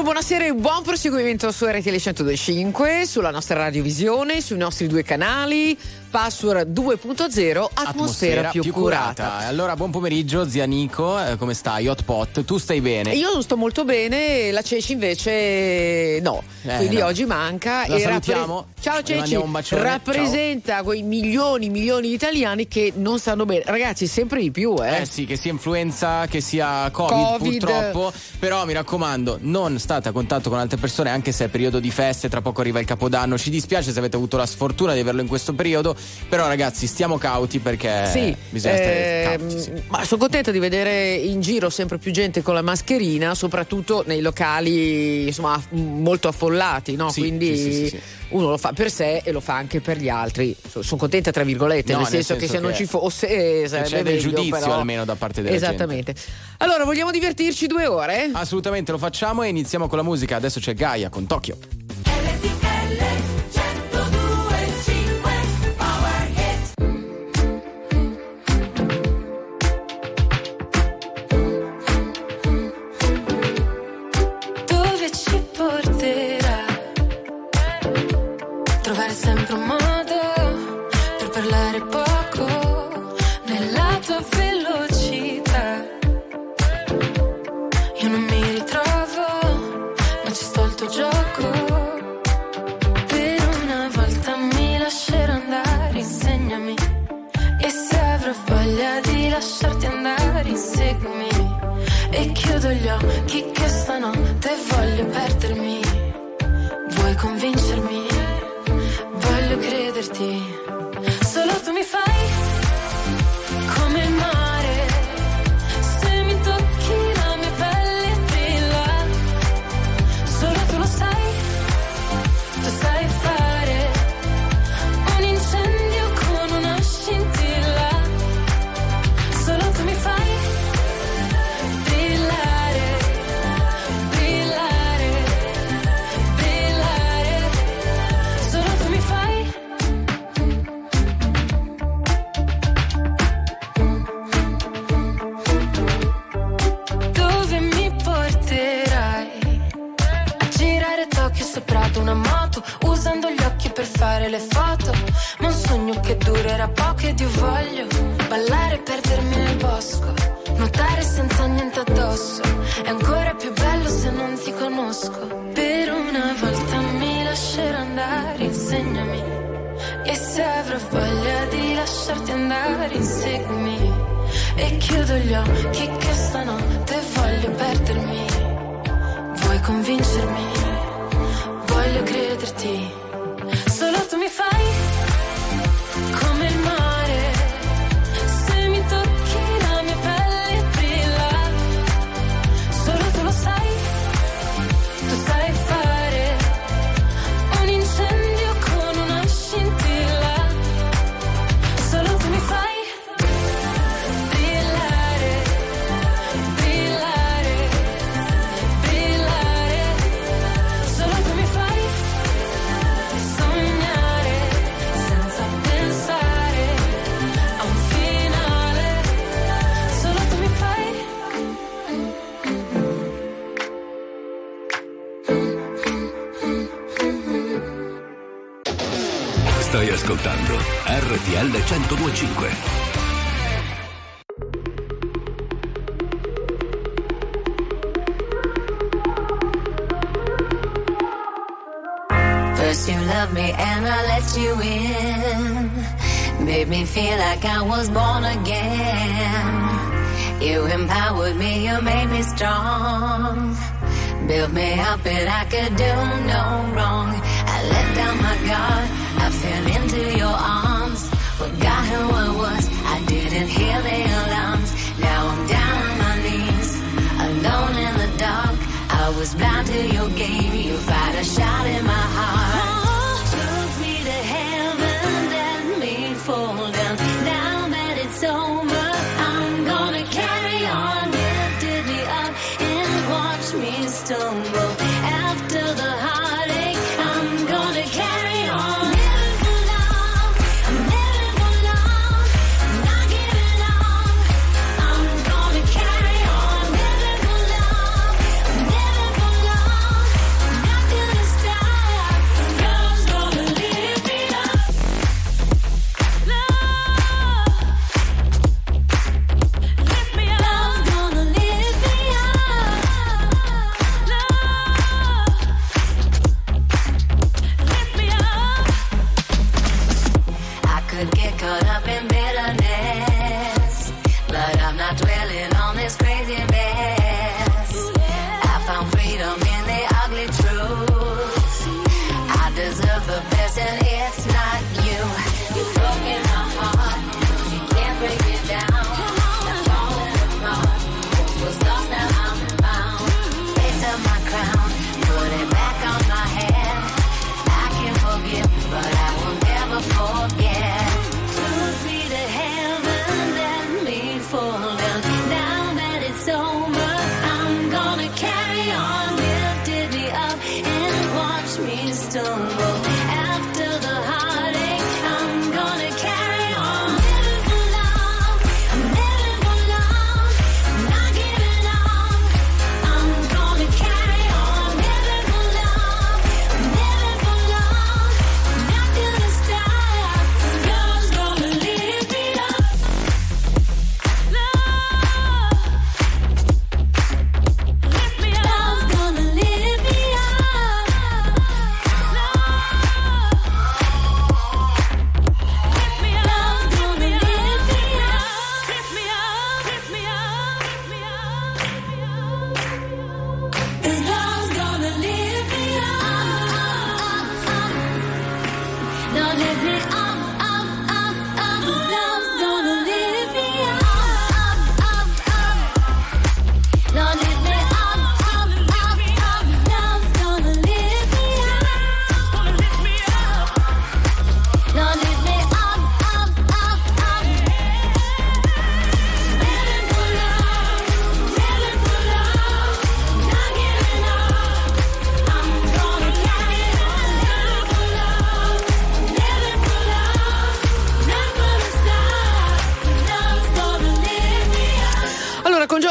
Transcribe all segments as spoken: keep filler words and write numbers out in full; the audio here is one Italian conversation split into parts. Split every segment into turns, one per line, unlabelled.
buonasera e buon proseguimento su R T L centodue e cinque, sulla nostra radiovisione, sui nostri due canali. Password due punto zero, atmosfera, atmosfera più, più curata. curata.
Allora, buon pomeriggio, zia Nico, eh, come stai? Hotpot, tu stai bene?
Io sto molto bene, la Ceci invece no, eh, quindi no. Oggi manca.
La
e
salutiamo.
Rappre- Ciao Ceci,
un bacione.
rappresenta
Ciao.
Quei milioni, milioni di italiani che non stanno bene. Ragazzi, sempre di più, eh?
Eh sì, che sia influenza, che sia COVID,
COVID.
purtroppo. Però mi raccomando, non state a contatto con altre persone, anche se è periodo di feste, tra poco arriva il Capodanno. Ci dispiace se avete avuto la sfortuna di averlo in questo periodo. Però ragazzi, stiamo cauti perché
sì,
bisogna stare
eh,
cauti. Sì.
Ma sono contenta di vedere in giro sempre più gente con la mascherina, soprattutto nei locali insomma molto affollati, no?
Sì,
Quindi
sì, sì, sì.
uno lo fa per sé e lo fa anche per gli altri. Sono contenta tra virgolette,
no,
nel, senso
nel senso
che se
che
non ci fosse eh, sarebbe
c'è del
meglio,
giudizio
però...
almeno da parte della
esattamente.
gente.
Allora, vogliamo divertirci due ore?
Assolutamente, lo facciamo e iniziamo con la musica. Adesso c'è Gaia con Tokyo.
Sempre un modo per parlare poco nella tua velocità. Io non mi ritrovo, ma ci sto al tuo gioco. Per una volta mi lascerò andare, insegnami. E se avrò voglia di lasciarti andare, inseguimi. E chiudo gli occhi che stanotte voglio perdermi. Vuoi convincermi? Voglio crederti, solo tu mi fai come il mare, se mi tocchi la mia pelle brilla, solo tu lo sai, tu sai fare un incendio con una scintilla, solo tu mi fai brillare, brillare, brillare, solo tu mi fai. Soprato una moto, usando gli occhi per fare le foto, ma un sogno che durerà poco ed io voglio ballare e perdermi nel bosco, nuotare senza niente addosso, è ancora più bello se non ti conosco. Per una volta mi lascerò andare, insegnami, e se avrò voglia di lasciarti andare, inseguimi, e chiudo gli occhi che stanotte voglio perdermi. Vuoi convincermi? Voglio crederti, solo tu mi fai come il mare, se mi tocchi la mia pelle brilla, solo tu lo sai, tu sai fare un incendio con una scintilla, solo tu mi fai brillare, brillare, brillare, solo tu mi fai sognare senza pensare a un finale, solo tu mi fai.
Stai ascoltando R T L centodue e cinque.
First you loved me and I let you in. Made me feel like I was born again. You empowered me, you made me strong. Built me up and I could do no wrong. I let down my guard, I fell into your arms. Forgot who I was, I didn't hear the alarms. Now I'm down on my knees, alone in the dark. I was blind to your game, you fired a shot in my heart. Oh, took me to heaven, let me fall down. Now that it's over, I'm gonna carry on. Lifted me up and watch me stumble. After the heartache, I'm gonna carry on. Living for love, I'm living for love. I'm not giving up, I'm gonna carry on. Living for love, I'm living for love.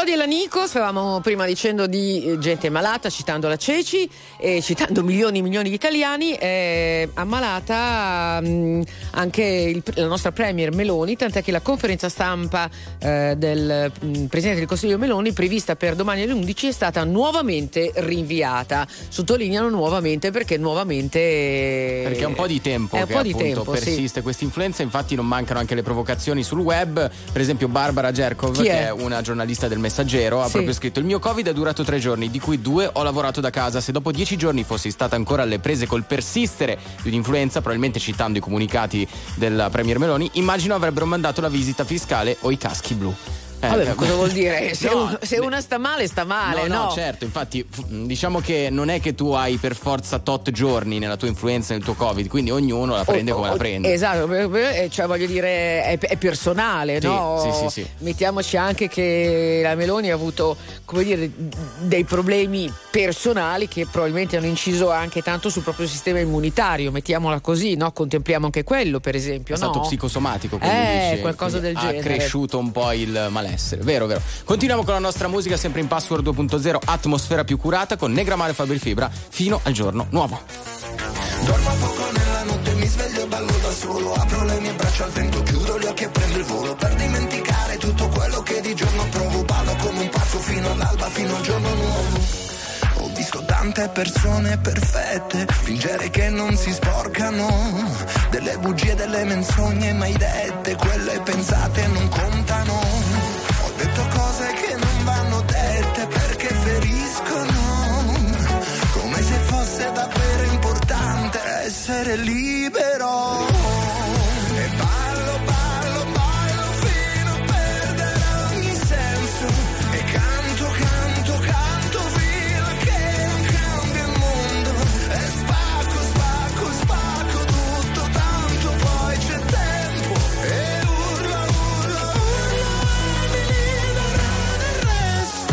Claudia e l'Anico, stavamo prima dicendo di gente malata, citando la Ceci e citando milioni e milioni di italiani, è ammalata mh, anche il, la nostra premier Meloni, tant'è che la conferenza stampa eh, del mh, Presidente del Consiglio Meloni, prevista per domani alle undici, è stata nuovamente rinviata. Sottolineano nuovamente perché nuovamente...
Perché è un po' di tempo
è un
che
po' di
appunto
tempo,
persiste
sì.
questa influenza, infatti non mancano anche le provocazioni sul web. Per esempio Barbara Gerkov,
Chi
che
è?
è una giornalista del Messaggero, ha
Sì.
proprio scritto: il mio Covid è durato tre giorni, di cui due ho lavorato da casa. Se dopo dieci giorni fossi stata ancora alle prese col persistere di un'influenza, probabilmente citando i comunicati della Premier Meloni, immagino avrebbero mandato la visita fiscale o i caschi blu.
Eh, Vabbè, ma cosa vuol dire? Se,
no,
un, se una sta male, sta male,
no,
no?
No, certo, infatti diciamo che non è che tu hai per forza tot giorni nella tua influenza, nel tuo Covid, quindi ognuno la prende
o,
come
o,
la prende.
Esatto, cioè voglio dire è, è personale,
sì,
no?
Sì, sì, sì.
Mettiamoci anche che la Meloni ha avuto, come dire, dei problemi personali che probabilmente hanno inciso anche tanto sul proprio sistema immunitario, mettiamola così, no? Contempliamo anche quello, per esempio,
è
no?
stato psicosomatico, quindi
eh,
dice,
qualcosa del
ha
genere.
Ha cresciuto un po' il malessere, vero, vero. Continuiamo con la nostra musica, sempre in Password due punto zero, atmosfera più curata, con Negramare e Fabri Fibra, fino al giorno nuovo.
Dormo poco nella notte, mi sveglio e ballo da solo. Apro le mie braccia al vento, chiudo gli occhi e prendo il volo. Per dimenticare tutto quello che di giorno provo. Ballo come un pazzo fino all'alba, fino al giorno nuovo. Ho visto tante persone perfette fingere che non si sporcano, delle bugie, delle menzogne mai dette, quelle pensate non contano. Ho detto cose che non vanno dette perché feriscono, come se fosse davvero importante essere libero. E ballo, ballo, ballo fino a perdere ogni senso. E canto, canto, canto fino a che non cambia il mondo. E spacco, spacco, spacco tutto, tanto poi c'è tempo. E urla, urla, urla, mi libero del resto.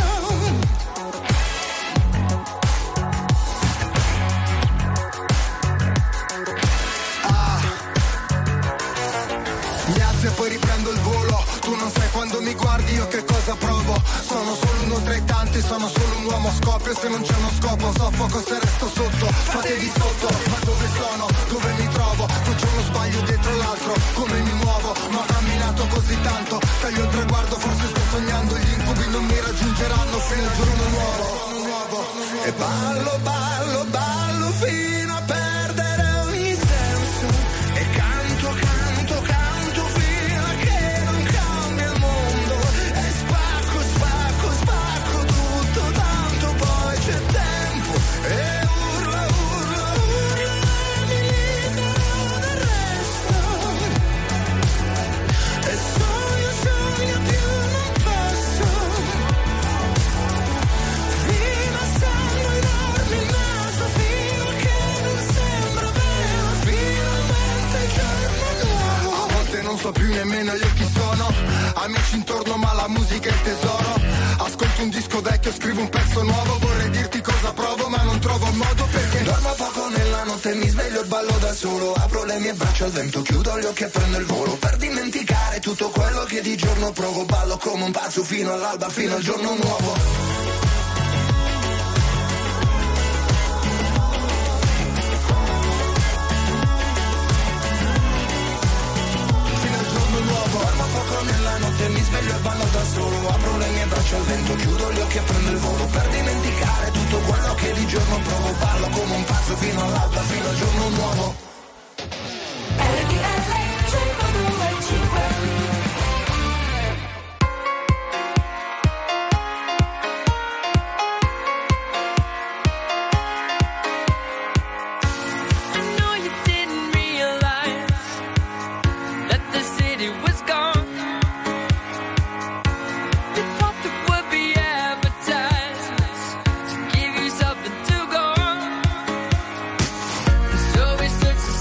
Mi alzo e poi riprendo il volo. Tu non sai quando mi guardi io che cosa provo. Sono solo uno tra i tanti, sono solo un uomo, scoppio se non c'è uno scopo. Soffoco se resto sotto, fate di sotto. Ma dove sono? Dove mi trovo? Faccio uno sbaglio dietro l'altro, come mi muovo? Ma ho camminato così tanto, taglio il traguardo, forse sto sognando. Gli incubi non mi raggiungeranno fino al giorno nuovo. E ballo, ballo, ballo fino a perdere ogni senso. E canto, canto, canto fino a che non cambia il mondo. E spacco, spacco, spacco tutto, tanto poi c'è tempo. E urla, urla, urla, mi libero del resto. E sogno, sogno più non posso, fino a sanguinarmi il naso, fino a che non sembra vero, finalmente il giorno nuovo. A volte non so più nemmeno io chi sono, amici intorno ma la musica è il tesoro. Ascolto un disco vecchio, scrivo un pezzo nuovo, vorrei dirti cosa provo ma non trovo il modo perché dormo poco nella notte, mi sveglio e ballo da solo. Apro le mie braccia al vento, chiudo gli occhi e prendo il volo. Per dimenticare tutto quello che di giorno provo. Ballo come un pazzo fino all'alba, fino al giorno nuovo. Dormo poco nella notte, mi sveglio e ballo da solo. Apro le mie braccia al vento, chiudo gli occhi e prendo il volo. Per dimenticare tutto quello che di giorno provo. Ballo come un pazzo fino all'alba, fino al giorno nuovo.
So we search the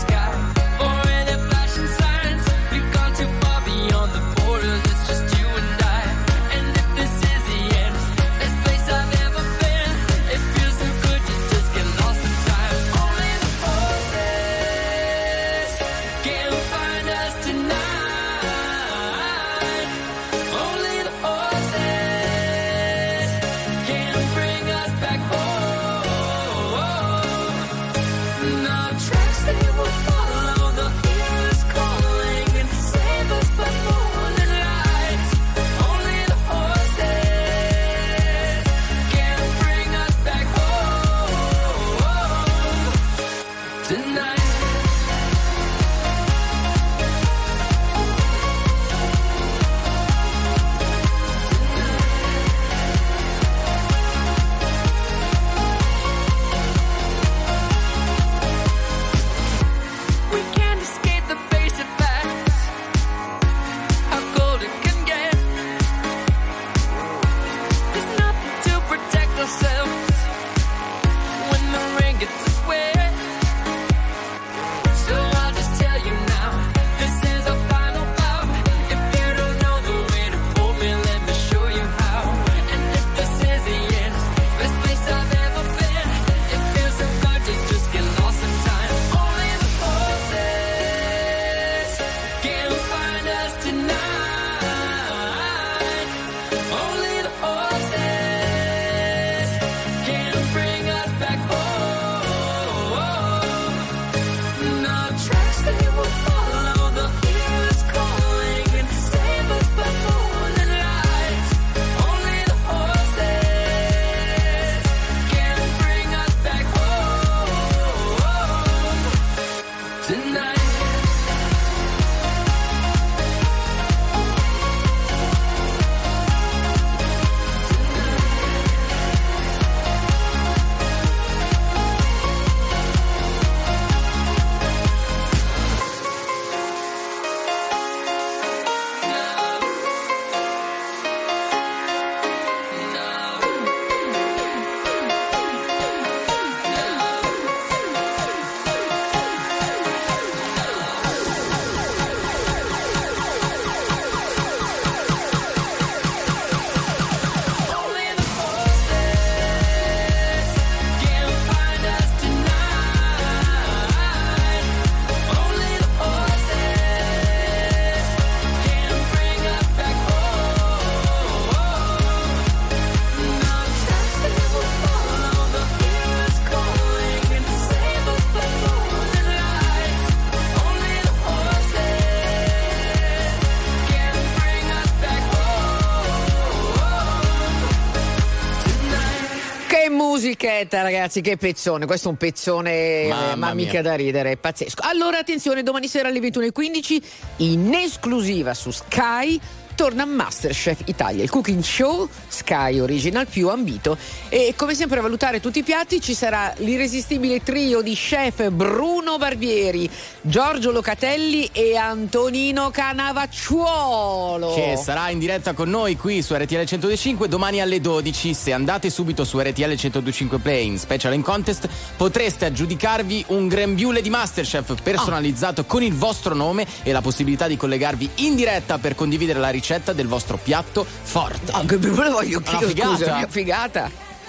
musichetta, ragazzi, che pezzone. Questo è un pezzone,
Mamma
ma mica
mia.
da ridere, pazzesco. Allora, attenzione, domani sera alle ventuno e quindici, in esclusiva su Sky, torna Masterchef Italia, il cooking show Sky Original più ambito, e come sempre a valutare tutti i piatti ci sarà l'irresistibile trio di chef Bruno Barbieri, Giorgio Locatelli e Antonino Canavacciuolo,
che sarà in diretta con noi qui su R T L centodue e cinque domani alle dodici. Se andate subito su R T L centodue e cinque Play in Special and Contest potreste aggiudicarvi un grembiule di Masterchef personalizzato oh. con il vostro nome e la possibilità di collegarvi in diretta per condividere la ricetta del vostro piatto forte.
Ah, che me lo voglio
Una
io,
figata.
scusa, una figata.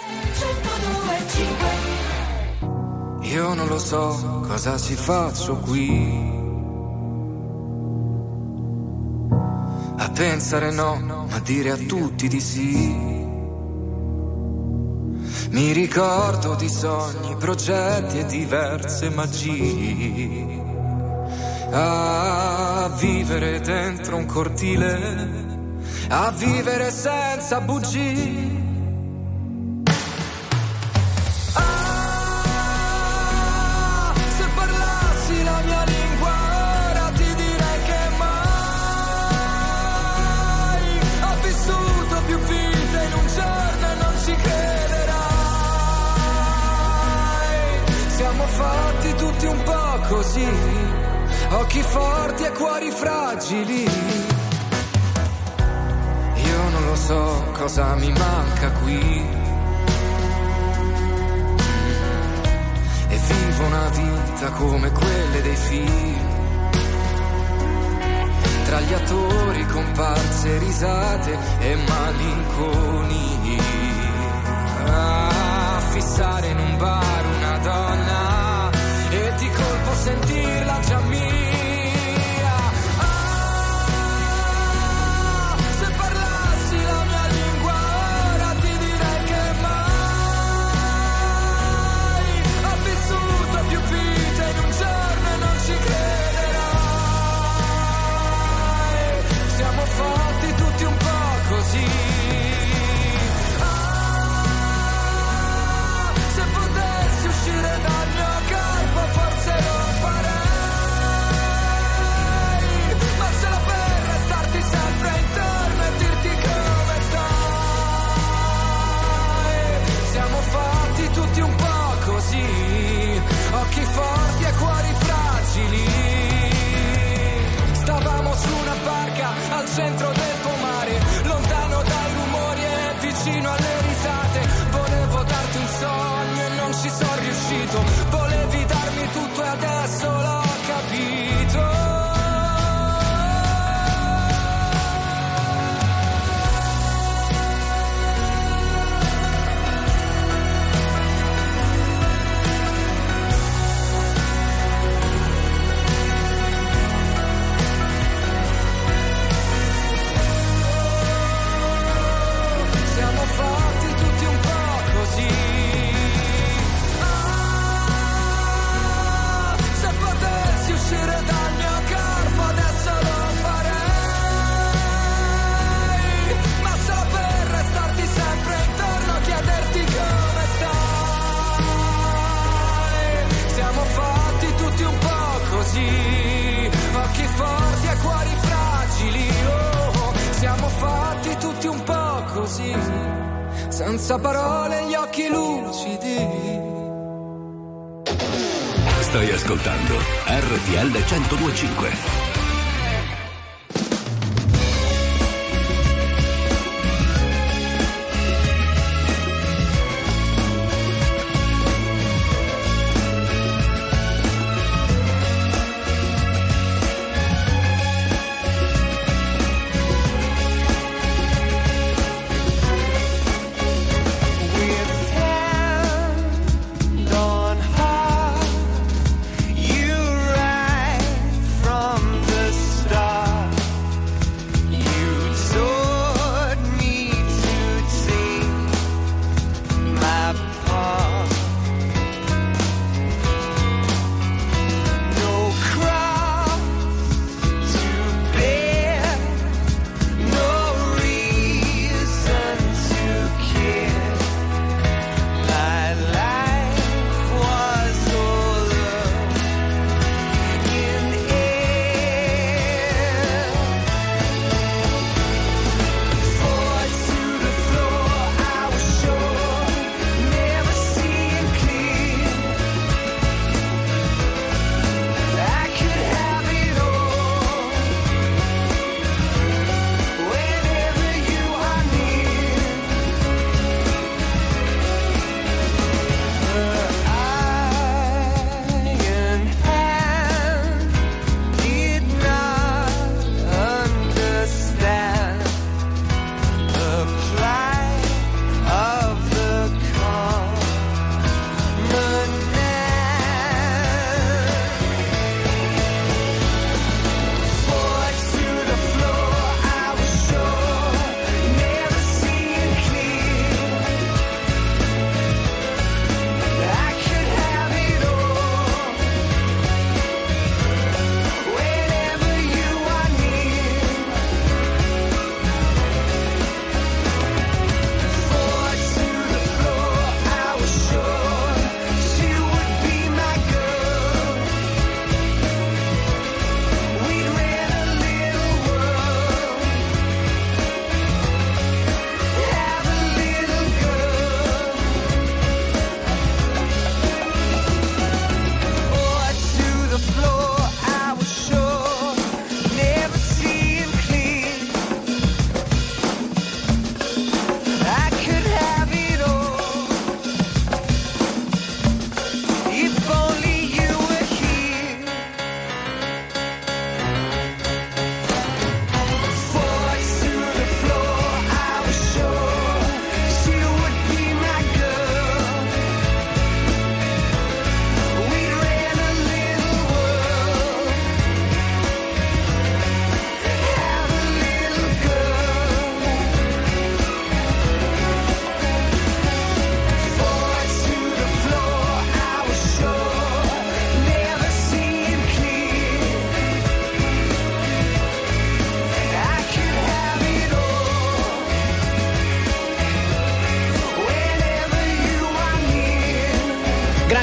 Io non lo so cosa ci faccio qui, a pensare no, a dire a tutti di sì. Mi ricordo di sogni, progetti e diverse magie, a vivere dentro un cortile, a vivere senza bugie. Ah, se parlassi la mia lingua ora ti direi che mai ho vissuto più vite in un giorno e non ci crederai. Siamo fatti tutti un po' così, occhi forti e cuori fragili. Io non lo so cosa mi manca qui, e vivo una vita come quelle dei film, tra gli attori, comparse, risate e malinconia. Ah, fissare in un bar una donna e di colpo sentirla già mia. Ah, se parlassi la mia lingua ora ti direi che mai ho vissuto più vite in un giorno e non ci crederai. Siamo fatti tutti un po' così. Ah, se potessi uscire dal mio corpo forse lo farei, ma solo per restarti sempre intorno e dirti come stai. Siamo fatti tutti un po' così, occhi forti e cuori fragili. Stavamo su una barca al centro del pomare, lontano dai rumori e vicino alle risate. Volevo darti un sogno e non ci sono riuscito, volevi darmi tutto e adesso l'ho capito. Siamo fatti tutti un po' così. Ah, se potessi uscire dal mio corpo adesso lo farei, ma solo per restarti sempre intorno, chiederti come stai. Siamo fatti tutti un po' così, occhi forti e cuori fragili. Oh, siamo fatti tutti un po' così, senza parole e gli occhi lucidi.
Stai ascoltando R T L centodue e cinque.
Gone hard, you right from the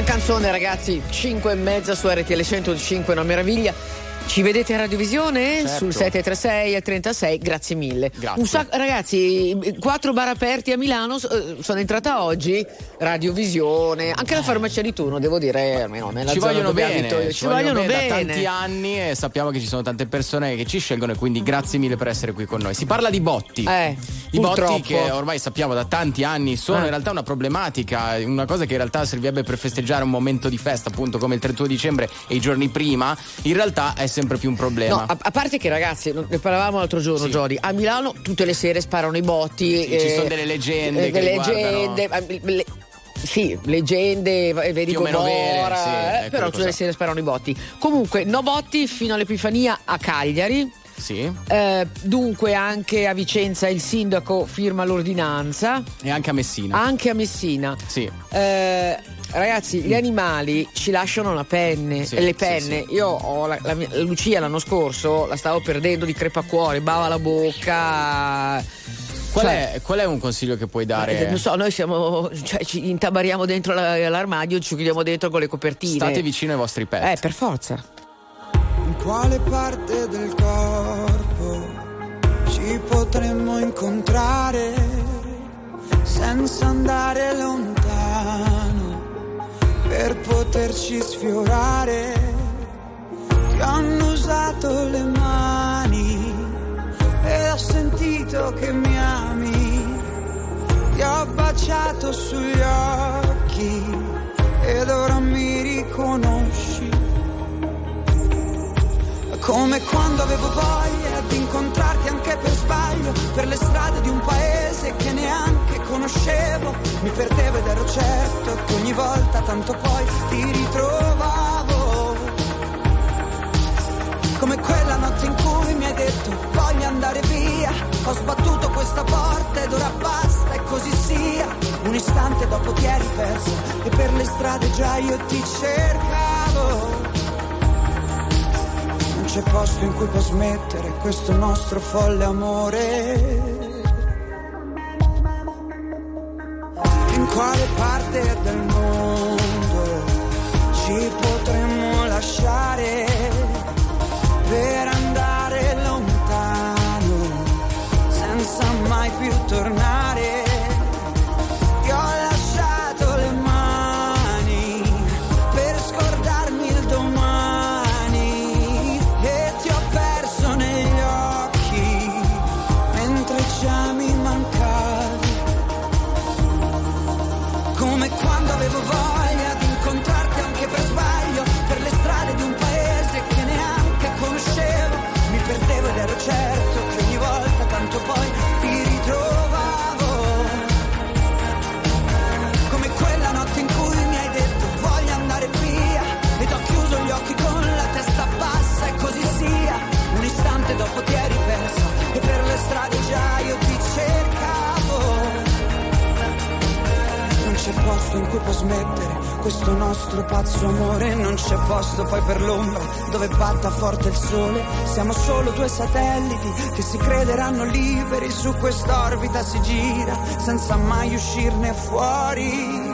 Gran canzone, ragazzi, cinque e mezza su R T L centocinque, una meraviglia. Ci vedete a Radiovisione?
Certo.
Sul sette tre sei e trentasei, grazie mille.
Grazie.
Un sacco, ragazzi, quattro bar aperti a Milano, sono entrata oggi, Radiovisione, anche la farmacia di turno, devo dire, almeno nella
ci
zona
vogliono
dove
bene,
abito io.
ci,
Ci vogliono bene,
da tanti anni e sappiamo che ci sono tante persone che ci scelgono e quindi grazie mille per essere qui con noi. Si parla di botti.
Eh,
I
purtroppo.
botti che ormai sappiamo da tanti anni sono
Eh.
in realtà una problematica, una cosa che in realtà servirebbe per festeggiare un momento di festa, appunto come il trentuno dicembre e i giorni prima, in realtà è sempre più un problema.
No, a, a parte che, ragazzi, ne parlavamo l'altro giorno,
Sì.
Jody, a Milano tutte le sere sparano i botti.
Sì, ci sono delle leggende
eh,
che
delle
riguardano-
leggende, eh, le- sì, leggende, vedi
Più o meno vere,
Gomorra,
sì,
eh,
ecco
però tutte
cosa.
le sere sparano i botti. Comunque, no botti fino all'Epifania a Cagliari.
Sì.
Eh, dunque anche a Vicenza il sindaco firma l'ordinanza,
E anche a Messina.
anche a Messina.
Sì.
Eh, ragazzi, gli animali ci lasciano la penne,
Sì,
le
sì,
penne.
sì.
Io ho la, la mia- la Lucia l'anno scorso la stavo perdendo di crepacuore, bava la bocca.
Qual,
Cioè,
è, qual è un consiglio che puoi dare?
eh, non so, noi siamo, cioè, ci intabariamo dentro la- l'armadio, ci chiudiamo dentro con le copertine.
State vicino ai vostri pet.
Eh, per forza.
In quale parte del corpo ci potremmo incontrare senza andare lontano per poterci sfiorare? Ti ho annusato le mani e ho sentito che mi ami, ti ho baciato sugli occhi ed ora mi riconosci. Come quando avevo voglia di incontrarti anche per sbaglio, per le strade di un paese che neanche conoscevo. Mi perdevo ed ero certo che ogni volta tanto poi ti ritrovavo. Come quella notte in cui mi hai detto voglio andare via. Ho sbattuto questa porta ed ora basta e così sia. Un istante dopo ti eri perso e per le strade già io ti cercavo. Non c'è posto in cui può smettere questo nostro folle amore. In quale parte del mondo ci potremmo lasciare per andare lontano senza mai più tornare? Ti ho lasciato le mani per scordarmi il domani e ti ho perso negli occhi mentre già mi mancavi. Come quando avevo voglia di incontrarti anche per sbaglio, per le strade di un paese che neanche conoscevo. Mi perdevo ed ero certo che ogni volta tanto poi ti ritrovavo. Come quella notte in cui mi hai detto voglio andare via ed ho chiuso gli occhi con la testa bassa e così sia. Un istante dopo ti eri perso e per le strade già io ti cercavo. Non c'è posto in cui può smettere questo nostro pazzo amore. Non c'è posto poi per l'ombra dove batta forte il sole. Siamo solo due satelliti che si crederanno liberi. Su quest'orbita si gira senza mai uscirne fuori.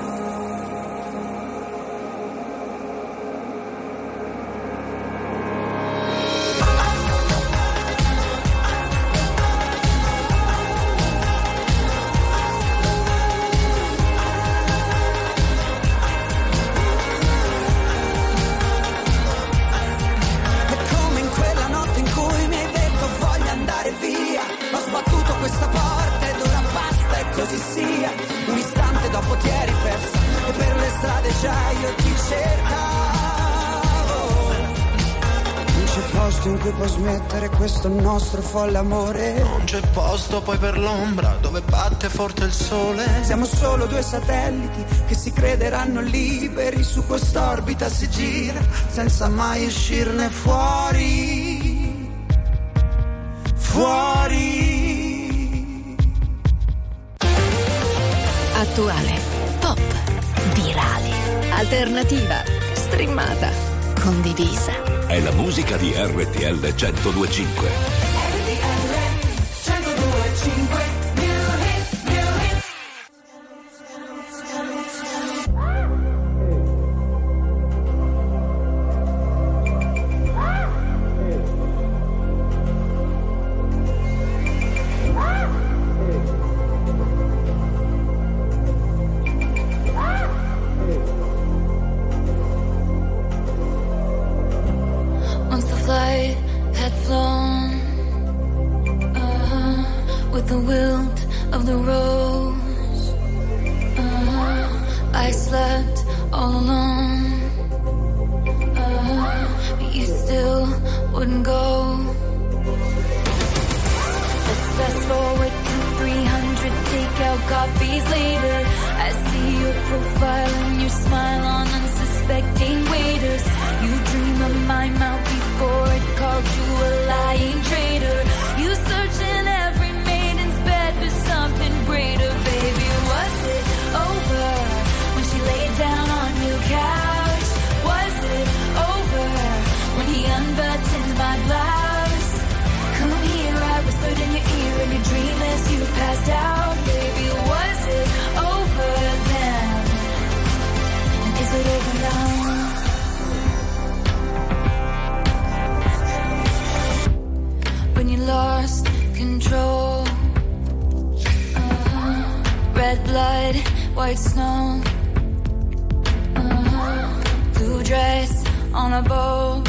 È come in quella notte in cui mi hai detto voglio andare via. Ho sbattuto questa porta ed ora basta e così sia. Un istante dopo ti eri persa e per le strade già io ti cercavo. Non c'è posto in cui può smettere questo nostro folle amore.
Non c'è posto poi per l'ombra dove batte forte il sole.
Siamo solo due satelliti che si crederanno liberi. Su quest'orbita si gira senza mai uscirne fuori. Fuori.
Attuale, pop, virale, alternativa, streamata, condivisa.
È la musica di R T L centodue e cinque.
with the wilt of the rose. Uh, I slept all alone. Uh, but you still wouldn't go. Let's fast forward to three hundred takeout coffees later. I see your profile and your smile on unsuspecting waiters. You dream of my mouth before it called you a lying traitor. You search in every maiden's bed for something greater. Baby, was it over when she laid down on your couch? Was it over when he unbuttoned my blouse? Come here, I whispered in your ear in your dream as you passed out. Baby, was it over then? Is it over now? When you lost control, uh-huh. Red blood, white snow, uh-huh. Blue dress on a boat,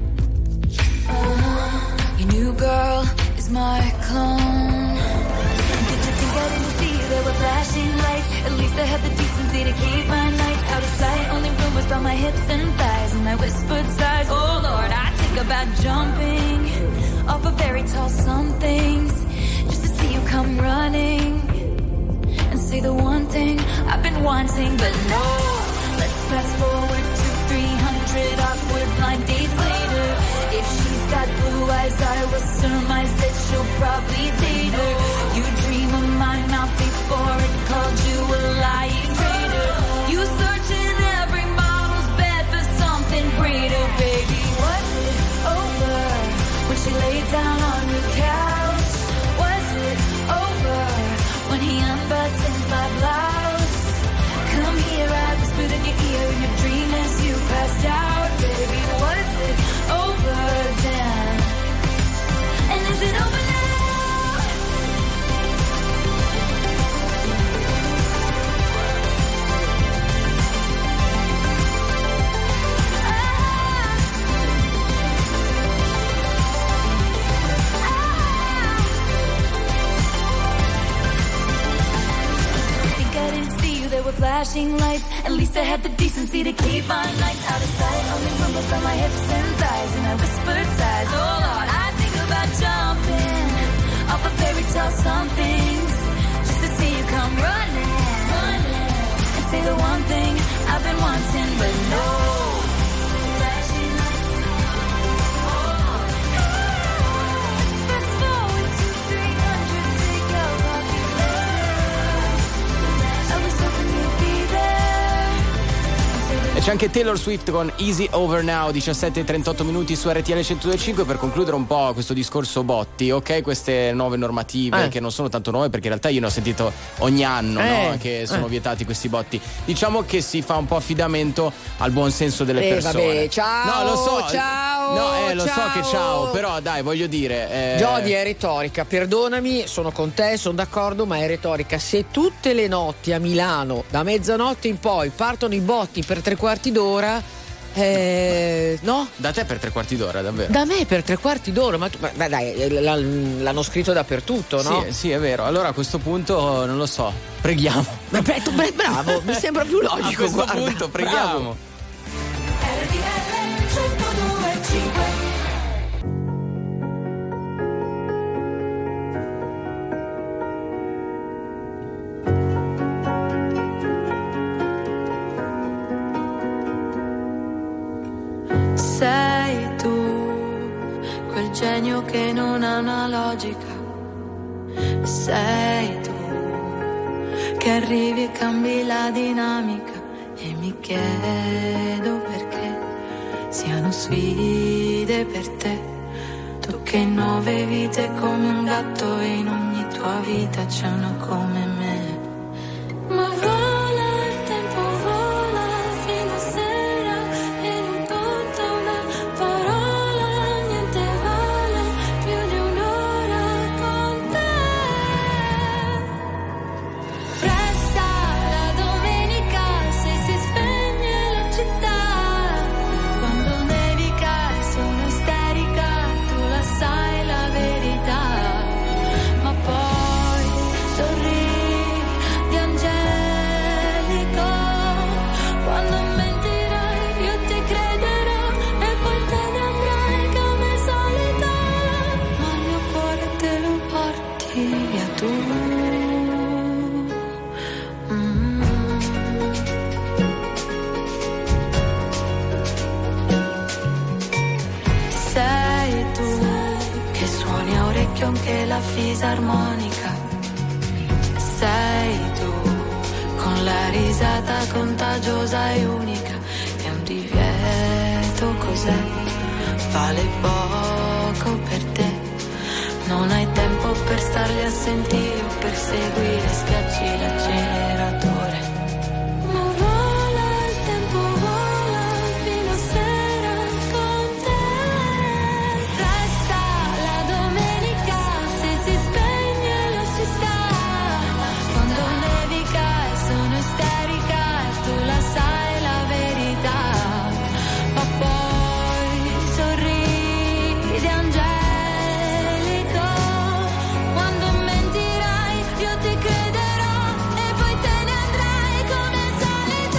uh-huh. Your new girl is my clone. Did you think I didn't see there were flashing lights? At least I had the decency to keep my nights out of sight. Only rumors about my hips and thighs and my whispered sighs. Oh Lord, I think about jumping off of very tall somethings just to see you come running and say the one thing I've been wanting. But no, let's fast forward to three hundred awkward blind dates later. If she's got blue eyes, I will surmise that she'll probably date her. You dream of my mouth before it called you a lying traitor. You search in every model's bed for something greater. Baby, was it over when she laid down on your couch? Was it over when he unbuttoned my blouse? Come here, I whispered in your ear in your dream as you passed out. Baby, was it over then? And is it over now? There were flashing lights. At least I had the decency to keep my nights out of sight. Only rumbles on my hips and thighs, and I whispered sighs. Oh Lord, I think about jumping off of fairy tale somethings just to see you come running, running and say the one thing I've been wanting. But no flashing lights. Oh, let's fast forward to three hundred takeout coffee later. I was hoping you'd be there.
E c'è anche Taylor Swift con Easy Over Now, diciassette e trentotto minuti su R T L centodue e cinque. Per concludere un po' questo discorso botti, ok, queste nuove normative eh. che non sono tanto nuove, perché in realtà io ne ho sentito ogni anno eh. no? che sono eh. vietati questi botti. Diciamo che si fa un po' affidamento al buon senso delle
eh,
persone.
Vabbè, ciao,
no, lo so,
ciao,
no, eh, lo
ciao.
so che ciao, però dai, voglio dire. Eh...
Jody, è retorica, perdonami, sono con te, sono d'accordo, ma è retorica. Se tutte le notti a Milano, da mezzanotte in poi, partono i botti per tre quarti d'ora. Eh, no?
Da te per tre quarti d'ora, davvero?
Da me per tre quarti d'ora, ma, tu, ma dai, l'hanno scritto dappertutto, no?
Sì, sì, è vero. Allora a questo punto non lo so, preghiamo.
Beh, tu, beh, bravo, mi sembra più logico.
A questo
guarda,
punto preghiamo.
Bravo.
Sei tu, quel genio che non ha una logica. Sei tu, che arrivi e cambi la dinamica. E mi chiedo perché siano sfide per te. Tu che nove vite come un gatto e in ogni tua vita c'è una come me. Ma vola il tempo, vola fino a sera e non conta una parola, niente vale più di un'ora con te. Resta la domenica se si spegne la città. Quando nevica sono isterica, tu la sai la verità. Ma poi Sei tu che suoni a orecchio anche la fisarmonica. Sei tu con la risata contagiosa e unica. È un divieto, cos'è? Vale poco per te. Non hai tempo per starli a sentire o per seguire, schiacci l'acceleratore. Ma vola il tempo, vola fino a sera con te. Resta la domenica, se si spegne lo si sa. Quando nevica e sono isterica e tu la sai la verità. Ma poi sorridi angelico. Quando mentirai io ti crederò e poi te ne andrai come al solito.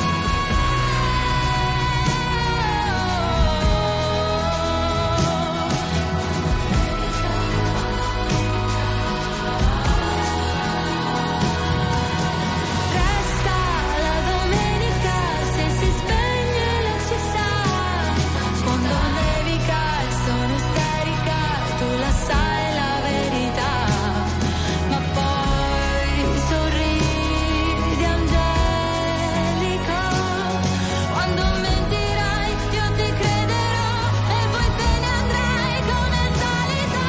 Resta la domenica, se si spegne lo si sa. Quando nevica e sono isterica, tu la sai la verità. Ma poi sorridi angelico. Quando mentirai io ti crederò e poi te ne andrai come al solito.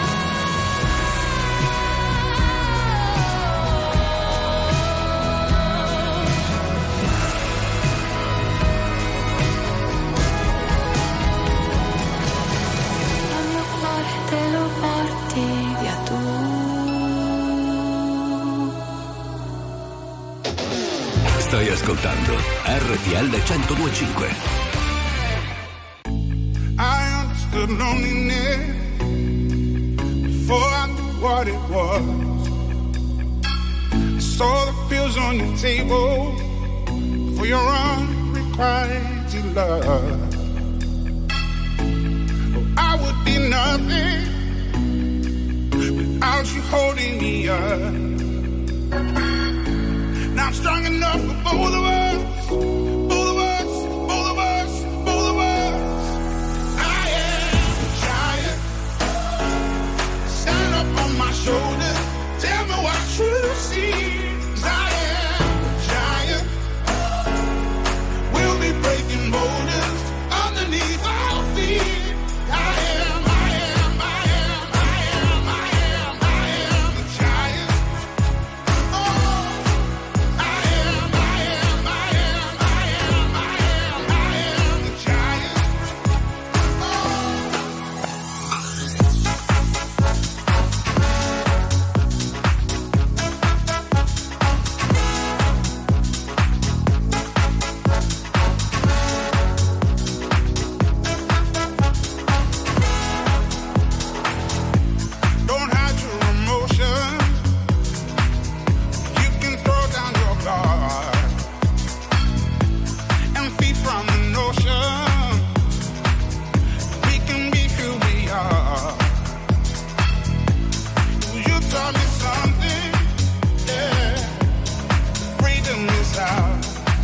Al mio cuore te lo porti via tu.
Stai ascoltando R T L centodue e cinque.
I understood loneliness before I knew what it was. I saw the pills on your table for your unrequited love. Oh, I would be nothing without you holding me up. Now I'm strong enough for both of us. Both of us, both of us, both of us. I am a giant. Stand up on my shoulders. Tell me what you see. 'Cause I am a giant. We'll be breaking boulders underneath our feet. I am, I am, I am, I am, I am, I am a giant. Oh, I am, I am, I am, I am, I am, I am a giant. Don't hide your emotions. You can throw down your guard and feed from the notion. We can be who we are. You taught me something, yeah. Freedom is out.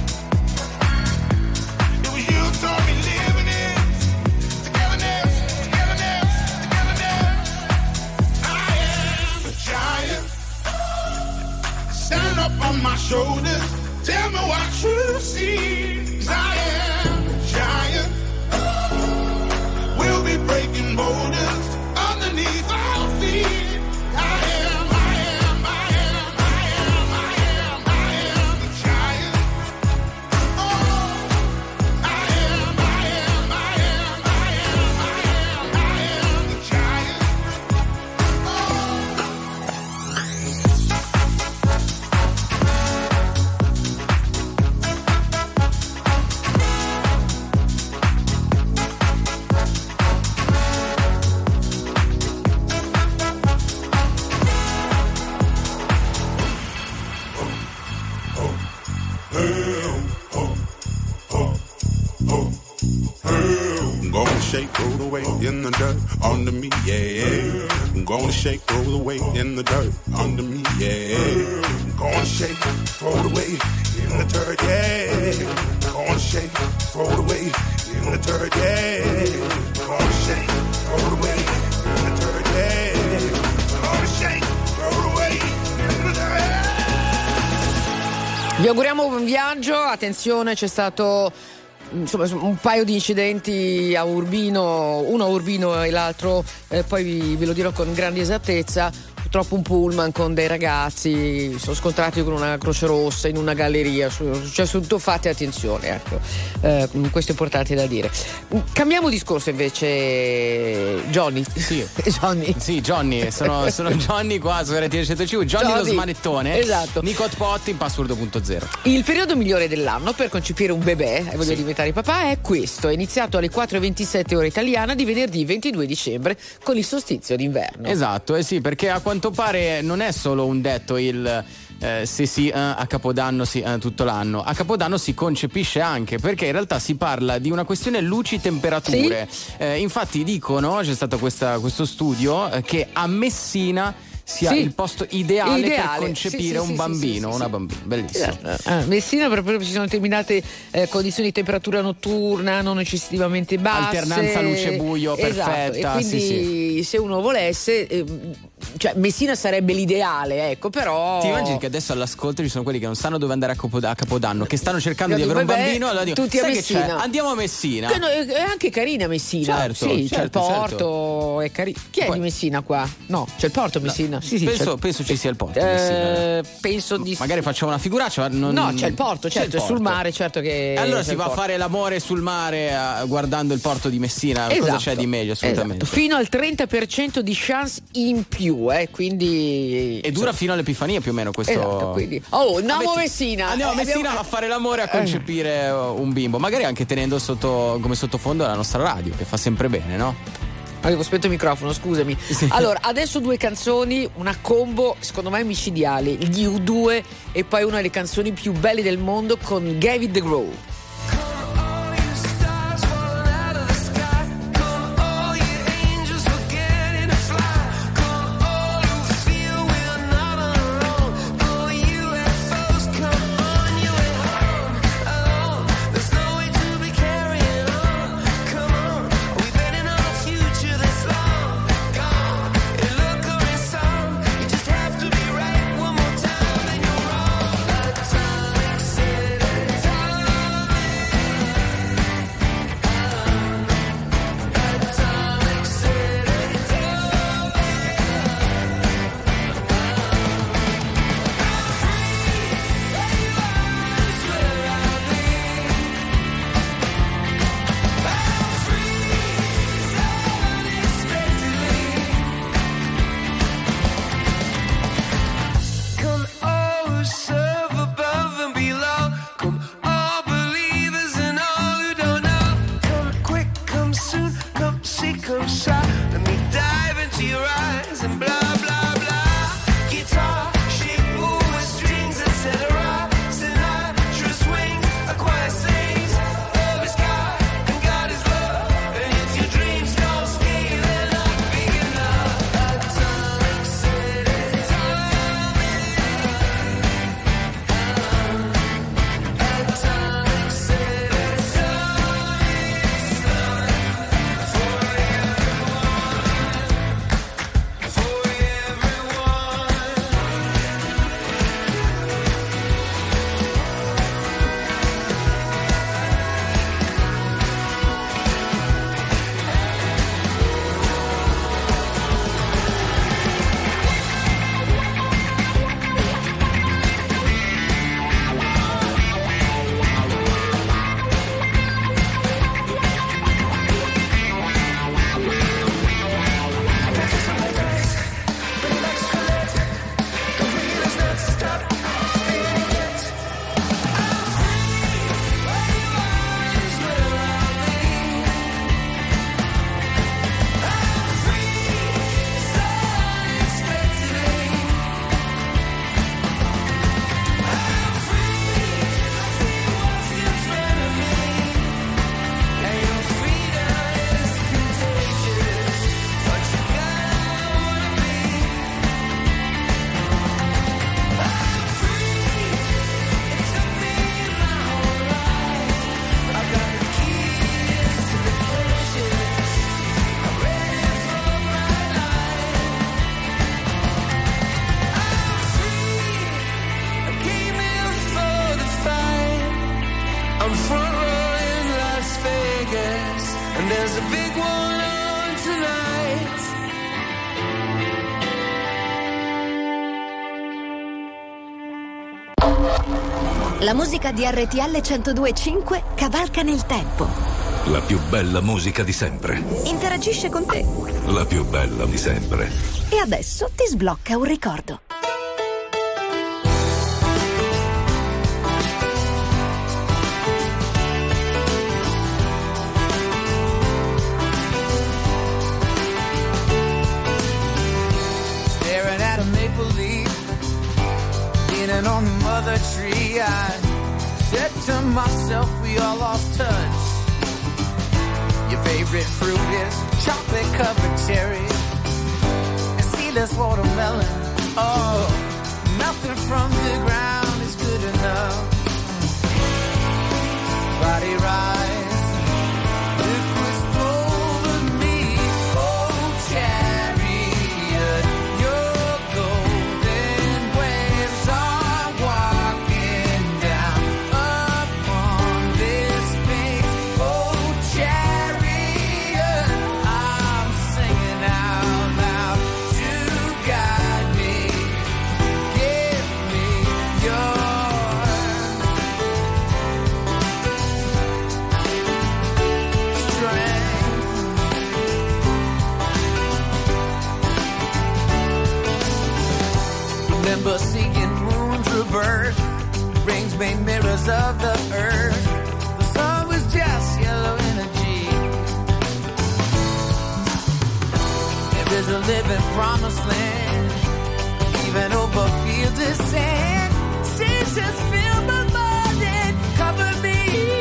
It was you taught me living it. Togetherness, togetherness, togetherness. I am a giant. Stand up on my shoulders. Tell me what you see. 'Cause I am a giant. We'll be breaking boulders underneath our feet. I am, I am, I am, I am, I am, I am a giant. Oh, I am, I am, I am, I am, I am, I am a giant.
Gonna shake, roll away in the dirt under me, yeah.
gonna shake, throw the weight in the dirt under me, yeah. Gonna shake, throw the weight in the dirt, yeah. Gonna shake, throw the weight in the dirt, yeah. Gonna shake, throw the weight in the dirt, yeah. Gonna shake, throw the weight in the dirt.
Vi auguriamo un buon viaggio, attenzione, c'è stato insomma un paio di incidenti a Urbino, uno a Urbino e l'altro eh, poi vi, ve lo dirò con grande esattezza. Purtroppo un pullman con dei ragazzi sono scontrati con una Croce Rossa in una galleria, cioè su tutto, fate attenzione, ecco. Eh, questo è importante da dire. Cambiamo discorso invece, Johnny.
Sì,
Johnny.
Sì, Johnny, sono, sono Johnny qua su R T L centocinque. Johnny, Johnny lo smanettone.
Esatto.
Nico Hotpot in Password due punto zero.
Il periodo migliore dell'anno per concepire un bebè e voglio sì. diventare papà è questo, è iniziato alle quattro e ventisette ora italiana di venerdì ventidue dicembre con il solstizio d'inverno.
Esatto, eh sì, perché a quanto pare non è solo un detto il eh, se sì, eh, a Capodanno sì, eh, tutto l'anno. A Capodanno si concepisce anche, perché in realtà si parla di una questione luci-temperature. Sì? Eh, infatti dicono, c'è stato questa, questo studio, eh, che a Messina sia sì. il posto ideale, ideale. per concepire sì, sì, un sì, bambino o sì, sì, una bambina. Bellissimo.
A Messina proprio ci sono determinate eh, condizioni di temperatura notturna non eccessivamente basse,
alternanza luce-buio
esatto.
perfetta.
E quindi
sì, sì.
se uno volesse, eh, cioè Messina sarebbe l'ideale, ecco, però.
Ti immagini che adesso all'ascolto ci sono quelli che non sanno dove andare a, Capod- a Capodanno, che stanno cercando
io
di avere
bebè,
un bambino, allora dico,
tutti a Messina.
Andiamo a Messina.
Che no, è anche carina Messina.
Certo,
sì,
certo,
c'è il porto,
certo.
è carino. Chi è
Poi,
di Messina qua? No, c'è il porto a Messina. No. Sì, sì,
penso, penso ci sia il porto.
Eh, penso di
magari facciamo una figuraccia. Non...
No, c'è il porto, certo, c'è il porto. Sul mare, certo che.
E allora si va a fare l'amore sul mare uh, guardando il porto di Messina.
Esatto.
Cosa c'è di meglio, assolutamente?
Esatto. Fino al trenta per cento di chance in più, eh, quindi.
E dura fino all'Epifania più o meno questo.
Esatto, quindi. Oh, andiamo a Messina.
Andiamo a Messina abbiamo... a fare l'amore, a concepire un bimbo, magari anche tenendo sotto come sottofondo la nostra radio, che fa sempre bene, no?
Avevo spento il microfono, scusami. Sì. Allora, adesso due canzoni, una combo secondo me micidiali, gli U due e poi una delle canzoni più belle del mondo con Gavin DeGraw.
La musica di R T L centodue e cinque cavalca nel tempo.
La più bella musica di sempre.
Interagisce con te.
La più bella di sempre.
E adesso ti sblocca un ricordo.
Staring at a maple leaf, leaning on the mother tree, I said to myself, we all lost touch. Your favorite fruit is chocolate covered cherries and seedless watermelon. Oh, nothing from the ground is good enough. Body rise, liquids flow over me. Oh, chariot, your golden waves are walking down upon this space. Oh, chariot, I'm singing out loud to guide me. Give me your remember seeing moons rebirth, rings made mirrors of the earth. The sun was just yellow energy. There is a living promised land, even over fields of sand. Seas just fill my mind and cover me.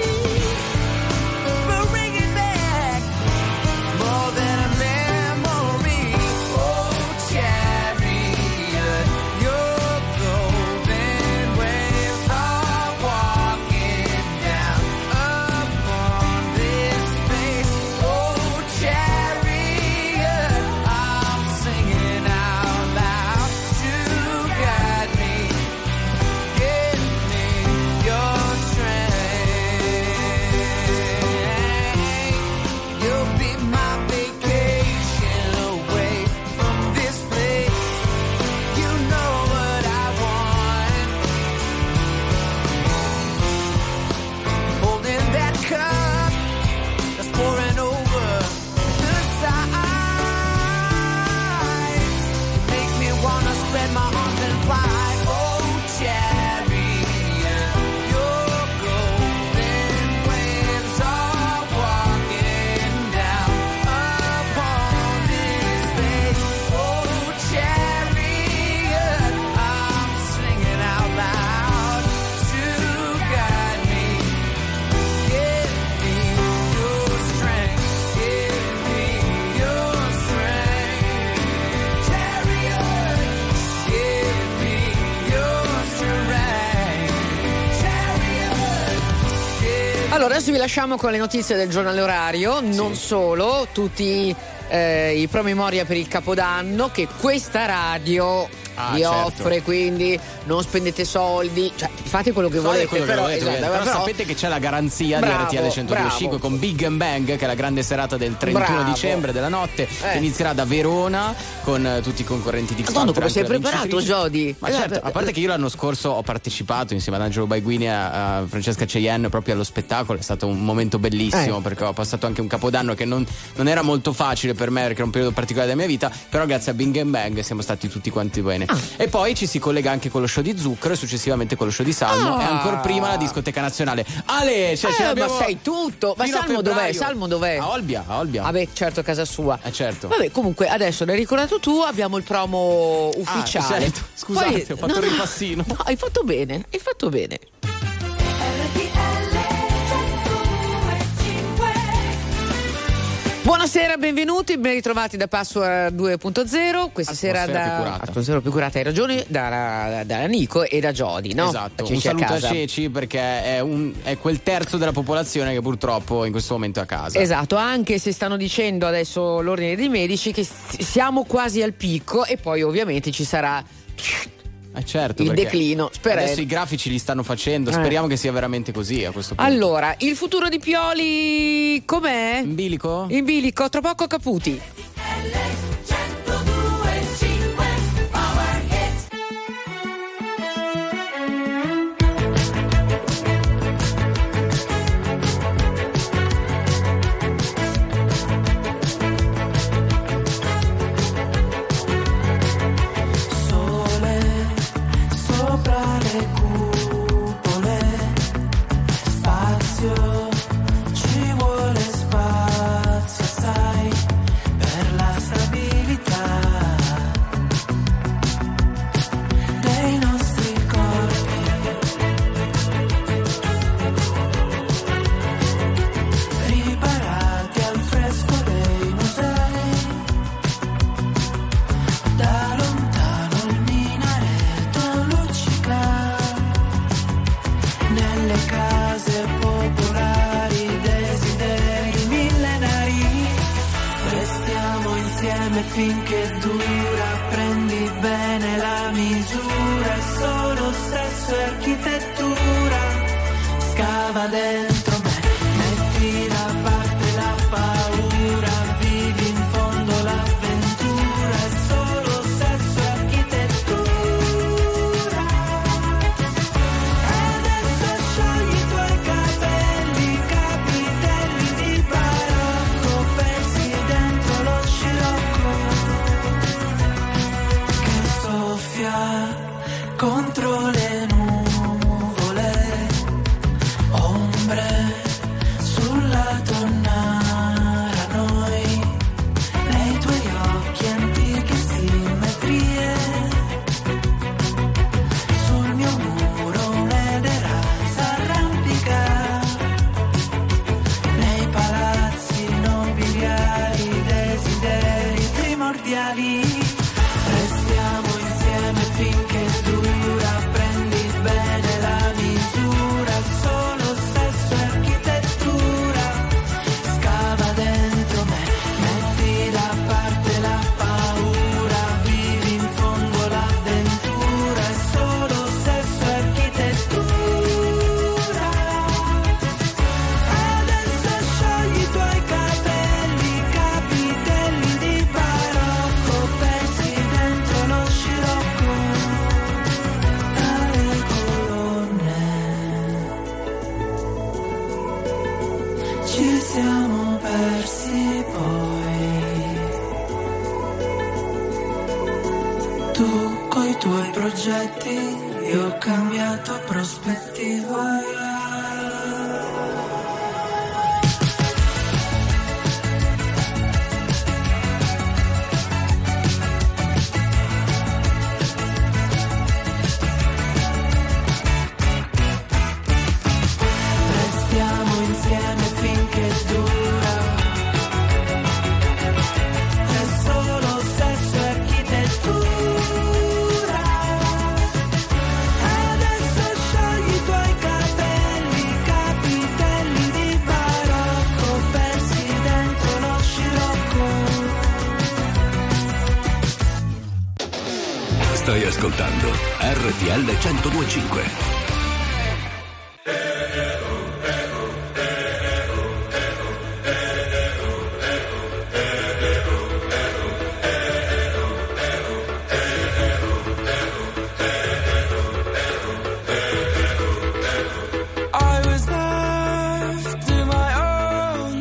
But bring it back, more than a memory. Oh, chariot, your golden waves are walking down upon this space. Oh, chariot, I'm singing out loud to guide me. Give me your strength. You'll be my vacation away from this place. You know what I want. Holding that cup that's pouring over the sides. Make me wanna spread my arms and fly. Oh, chariot, your golden waves are walking down upon this space. Oh, chariot, I'm singing out loud to guide me. Give me your strength. Give me your strength. Chariot, give me your strength. Chariot, give
Allora, adesso vi lasciamo con le notizie del giornale orario, non solo, tutti eh, i promemoria per il Capodanno che questa radio
Ah,
vi
certo.
offre, quindi non spendete soldi, cioè fate quello che
Fate
volete,
quello che
però,
volete,
esatto,
però
però-
sapete che c'è la garanzia
Bravo,
di R T L centodue e cinque
bravo.
con Big and Bang, che è la grande serata del trentuno
Bravo.
dicembre della notte, che
Eh.
inizierà da Verona con eh, tutti i concorrenti di X
Madonna,
Factor,
come sei
anche la
preparato,
vincitrice.
Jody?
Ma certo, a parte che io l'anno scorso ho partecipato insieme ad Angelo Baiguini e a, a Francesca Cheyenne proprio allo spettacolo, è stato un momento bellissimo
Eh.
perché ho passato anche un Capodanno che non, non era molto facile per me perché era un periodo particolare della mia vita, però grazie a Big and Bang siamo stati tutti quanti bene.
Ah.
E poi ci si collega anche con lo show di Zucchero e successivamente con lo show di Salmo
Ah.
e ancora prima la discoteca nazionale. Ale, cioè,
Eh,
ce
ma
l'abbiamo
sai tutto. Ma
fino a
Salmo dov'è?
febbraio.
Salmo dov'è?
A Olbia, a Olbia.
Vabbè, certo, casa sua.
Eh, certo.
Vabbè, comunque adesso l'hai ricordato tu, abbiamo il promo
Ah,
ufficiale.
certo. Scusate, ho fatto
no,
il ripassino.
No, hai fatto bene, hai fatto bene. Buonasera, benvenuti, ben ritrovati da Password due punto zero. Questa
Atmosfera
sera da
più curata.
Atmosfera più curata, hai ragione, da, da, da Nico e da Jody, no?
Esatto,
Da
un
Ceci a
saluto a
casa.
Ceci perché è, un, è quel terzo della popolazione che purtroppo in questo momento è a casa.
Esatto, anche se stanno dicendo adesso l'ordine dei medici che s- siamo quasi al picco e poi ovviamente ci sarà
Eh certo,
il
perché
declino. Spera-
adesso i grafici li stanno facendo,
Eh.
speriamo che sia veramente così a questo punto.
Allora, il futuro di Pioli com'è?
In bilico?
In bilico, tra poco Caputi.
le cupole, spazio, ci vuole spazio, sai, per la stabilità dei nostri corpi. Riparati al fresco dei musei, da lontano il minareto luccica, nelle case popolari desideri millenari. Restiamo insieme finché dura, prendi bene la misura, è solo sesso e architettura, scava dentro me, metti da parte la paura, vivi in fondo l'avventura, è solo sesso e architettura. Adesso sciogli i tuoi capelli, capitelli di barocco, persi dentro lo scirocco che soffia contro le nuvole, ombre sulla tonnara, noi nei tuoi occhi antiche simmetrie, sul mio muro un'edera s'arrampica, nei palazzi nobiliari desideri primordiali. Restiamo insieme finché dura, prendi bene la misura, solo sesso e architettura, scava dentro me, metti da parte la paura, vivi in fondo l'avventura, è solo sesso e architettura. Adesso sciogli i tuoi capelli, capitelli di barocco, persi dentro lo scirocco, tra le colonne. Ci siamo persi poi, tu coi tuoi progetti, io ho cambiato prospettiva. Restiamo insieme finché dura, è solo sesso e architettura. Adesso sciogli i tuoi capelli, capitelli di barocco, persi dentro lo scirocco.
Stai ascoltando R T L centodue e cinque.
I was left to my own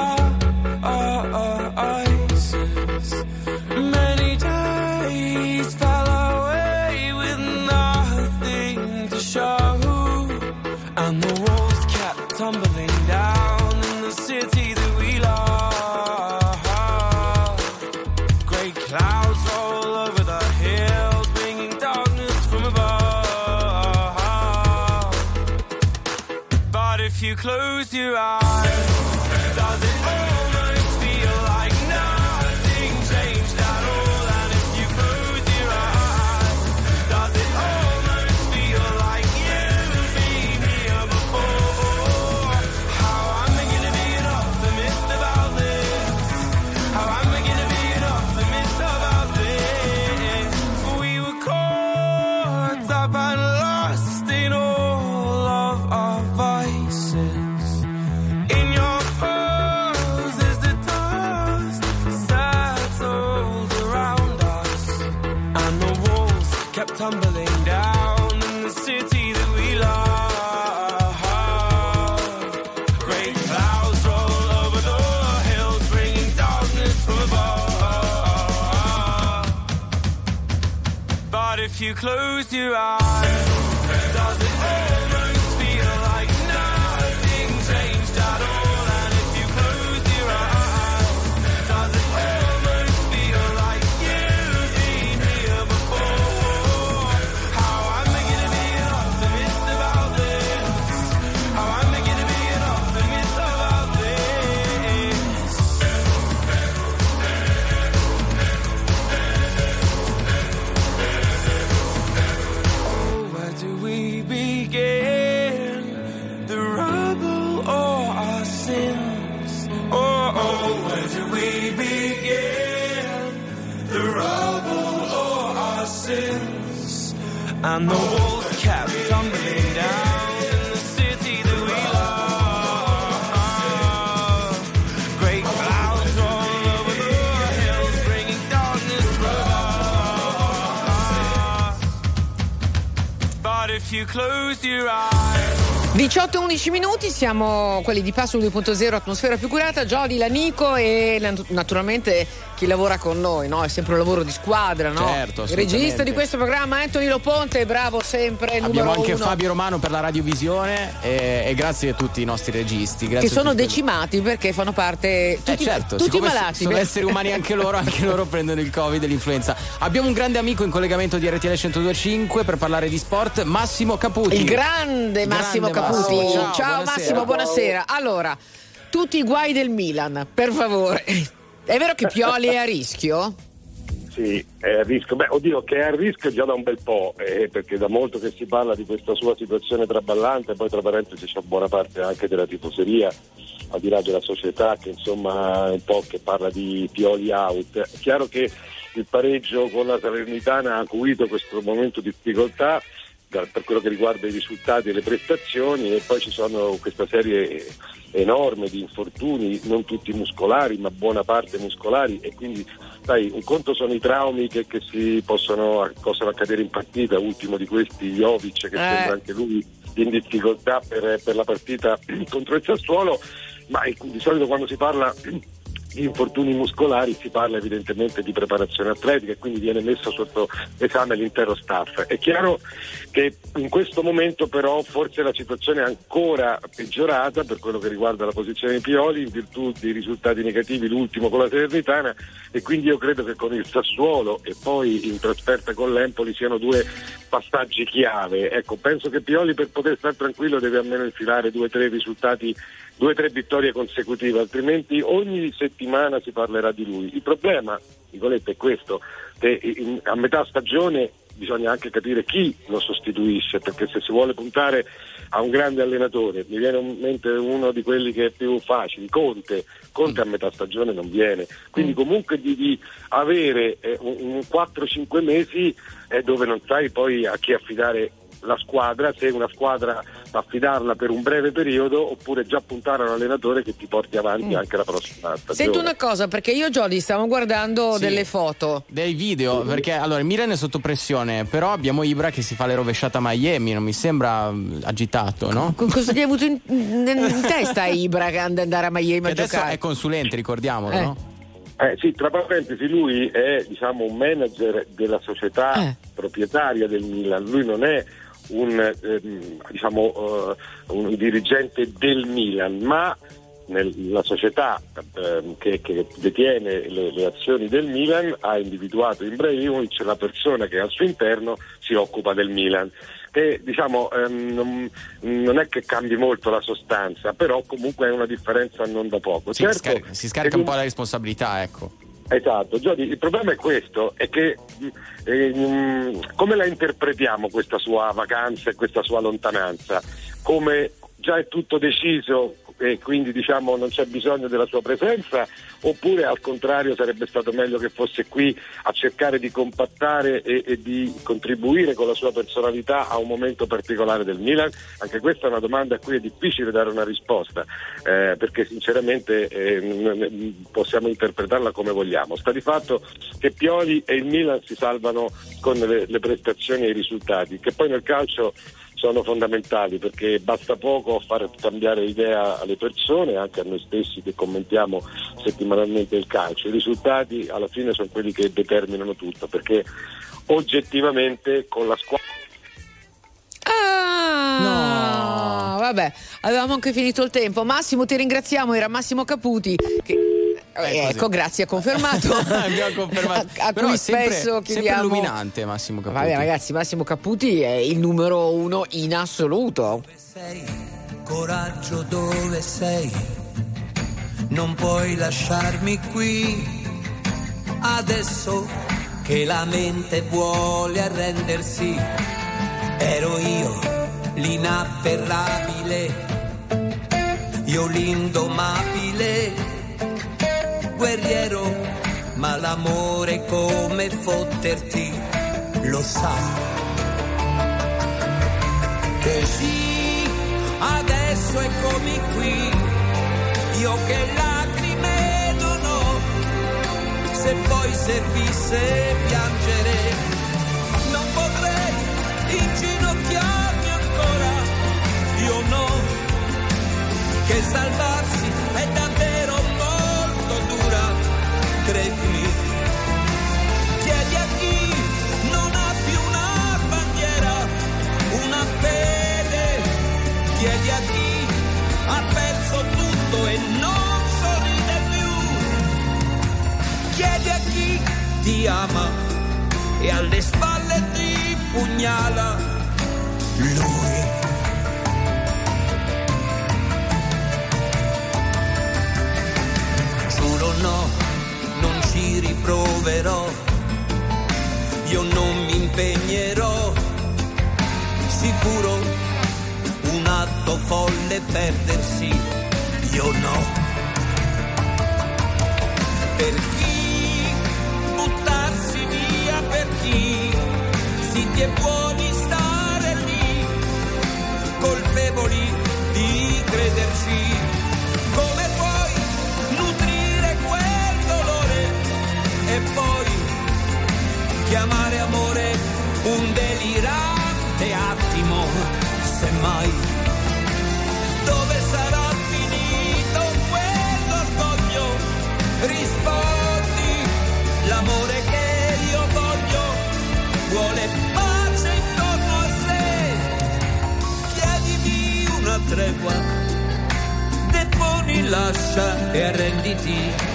devices. Many days fell away with nothing to show, and the walls kept tumbling down in the city that we love. Great clouds roll over the hills, bringing darkness from above. But if you close your eyes, does it almost feel like nothing changed at all? And if you close your eyes, does it almost feel like you've been here before? How am I gonna be an optimist about this? How am I gonna be an optimist about this? We were caught up and lost in all of our vices. In your pose as the dust settled around us, and the walls kept tumbling down in the city that we love. Great clouds roll over the hills, bringing darkness from above. But if you close your eyes, Does it almost feel like nothing changed at all? And if you close your eyes, does it almost feel like you've been here before? How I'm beginning to be an optimist about this. How I'm beginning to be an optimist about this. Oh, where do we begin? The rubble or our sins? Oh, oh, where do we begin? The rubble or our sins? And the walls kept tumbling down in the city that we love. Great clouds all over the hills, bringing darkness from us. But if you close your eyes.
diciotto undici minuti, siamo quelli di Passo due punto zero, atmosfera più curata, Jody, l'Anico e la- naturalmente chi lavora con noi, no? È sempre un lavoro di squadra, no?
Certo,
Il
assolutamente.
regista di questo programma, Anthony Loponte, bravo sempre,
Abbiamo
numero
anche
uno.
Fabio Romano per la radiovisione e, e grazie a tutti i nostri registi. Grazie
Che sono
a tutti.
decimati perché fanno parte tutti,
Eh certo,
tutti
siccome
malati.
sono
per-
esseri umani anche loro, anche loro prendono il Covid e l'influenza. Abbiamo un grande amico in collegamento di R T L centodue e cinque per parlare di sport, Massimo Caputi.
Il grande Massimo
Grande
Caputi.
Massimo.
Ciao,
Ciao,
Massimo, buonasera. Allora, tutti i guai del Milan, per favore. È vero che Pioli è a rischio?
Sì, è a rischio. Beh, oddio, che è a rischio già da un bel po', eh, perché da molto che si parla di questa sua situazione traballante, poi tra parentesi c'è buona parte anche della tifoseria, al di là della società, che insomma un po' che parla di Pioli out. È chiaro che il pareggio con la Salernitana ha acuito questo momento di difficoltà da- per quello che riguarda i risultati e le prestazioni, e poi ci sono questa serie enorme di infortuni, non tutti muscolari ma buona parte muscolari, e quindi sai, un conto sono i traumi che, che si possono, possono accadere in partita, ultimo di questi Jovic che
Eh.
sembra anche lui in difficoltà per, per la partita contro il Sassuolo, ma di solito quando si parla di infortuni muscolari si parla evidentemente di preparazione atletica e quindi viene messo sotto esame l'intero staff. È chiaro che in questo momento però forse la situazione è ancora peggiorata per quello che riguarda la posizione di Pioli in virtù di risultati negativi, l'ultimo con la Salernitana, e quindi io credo che con il Sassuolo e poi in trasferta con l'Empoli siano due passaggi chiave. Ecco, penso che Pioli per poter stare tranquillo deve almeno infilare due o tre risultati, due o tre vittorie consecutive, altrimenti ogni settimana si parlerà di lui. Il problema, Nicoletta, è questo, che in, a metà stagione bisogna anche capire chi lo sostituisce, perché se si vuole puntare a un grande allenatore, mi viene in mente uno di quelli che è più facili, Conte, Conte a metà stagione non viene, quindi comunque di, di avere eh, un, un quattro cinque mesi eh, dove non sai poi a chi affidare la squadra, se una squadra affidarla per un breve periodo oppure già puntare a un allenatore che ti porti avanti
Mm.
anche la prossima stagione.
Senti una cosa, perché io e Jody stiamo guardando
Sì.
delle foto.
Dei video, perché allora il Milan è sotto pressione, però abbiamo Ibra che si fa le rovesciate a Miami, non mi sembra mm, agitato, no?
Con cosa ti hai avuto in, in- in testa Ibra che and- andare a Miami
Che
a
adesso
giocare?
è consulente, ricordiamolo,
Eh.
no?
Eh, sì, tra parentesi, lui è diciamo un manager della società
Eh.
proprietaria del Milan, lui non è un ehm, diciamo eh, un dirigente del Milan, ma nel- la società ehm, che, che detiene le, le azioni del Milan ha individuato Ibrahimovic, la persona che al suo interno si occupa del Milan. Che diciamo ehm, non, non è che cambi molto la sostanza, però comunque è una differenza non da poco.
Sì,
Certo,
scarica- si scarica
che
un po' la responsabilità, ecco.
Esatto, Jody, il problema è questo, è che mh, eh, mh, come la interpretiamo questa sua vacanza e questa sua lontananza? Come già è tutto deciso e quindi diciamo non c'è bisogno della sua presenza, oppure al contrario sarebbe stato meglio che fosse qui a cercare di compattare e, e di contribuire con la sua personalità a un momento particolare del Milan? Anche questa è una domanda a cui è difficile dare una risposta, eh, perché sinceramente eh, n- possiamo interpretarla come vogliamo. Sta di fatto che Pioli e il Milan si salvano con le, le prestazioni e i risultati, che poi nel calcio sono fondamentali, perché basta poco far cambiare idea alle persone, anche a noi stessi che commentiamo settimanalmente il calcio. I risultati alla fine sono quelli che determinano tutto, perché oggettivamente con la squadra
Vabbè, avevamo anche finito il tempo. Massimo, ti ringraziamo, era Massimo Caputi che... Eh, ecco, grazie, ha confermato.
Abbiamo confermato.
A, a
Però
cui
sempre,
spesso chiediamo.
sempre illuminante Massimo Caputi.
Vabbè, ragazzi, Massimo Caputi è il numero uno in assoluto.
Dove sei? Coraggio, dove sei? Non puoi lasciarmi qui. Adesso che la mente vuole arrendersi, ero io l'inafferrabile, io l'indomabile. Guerriero, ma l'amore come fotterti, lo sa. Che sì, adesso eccomi qui, io che lacrime non ho, se poi servisse piangere, non potrei inginocchiarmi ancora, io no, che salvarsi è davvero credimi, chiedi a chi non ha più una bandiera, una fede, chiedi a chi ha perso tutto e non sorride più, chiedi a chi ti ama e alle spalle ti pugnala, lui. Giuro no, non ci riproverò, io non mi impegnerò, sicuro un atto folle perdersi, io no. Per chi buttarsi via, per chi zitti e buoni stare lì, colpevoli di crederci, come e poi chiamare amore un delirante attimo, semmai. Dove sarà finito quell'orgoglio? Rispondi, l'amore che io voglio vuole pace intorno a sé. Chiedimi una tregua, deponi, lascia e arrenditi.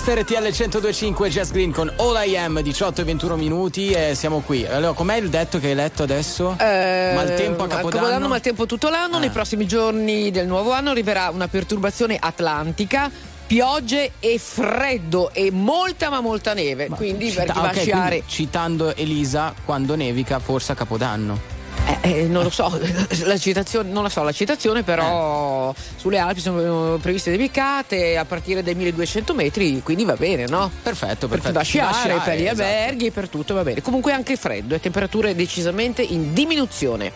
Questa è R T L centodue e cinque, Jazz Green con All I Am, diciotto e ventuno minuti e siamo qui. Allora, com'è il detto che hai letto adesso?
Eh,
maltempo a Capodanno?
Capodanno, maltempo tutto l'anno.
Eh.
Nei prossimi giorni del nuovo anno arriverà una perturbazione atlantica, piogge e freddo e molta ma molta neve.
Ma
quindi
cita-
per chi va
ok,
a sciare.
quindi, citando Elisa, quando nevica forse a Capodanno.
Eh, eh, non lo so, la citazione, non la so la citazione, però eh. sulle Alpi sono previste nevicate a partire dai milleduecento metri, quindi va bene, no?
Perfetto,
per
perfetto.
chi va a sciare,
sciare,
per gli
esatto.
alberghi, per tutto va bene. Comunque anche freddo e temperature decisamente in diminuzione.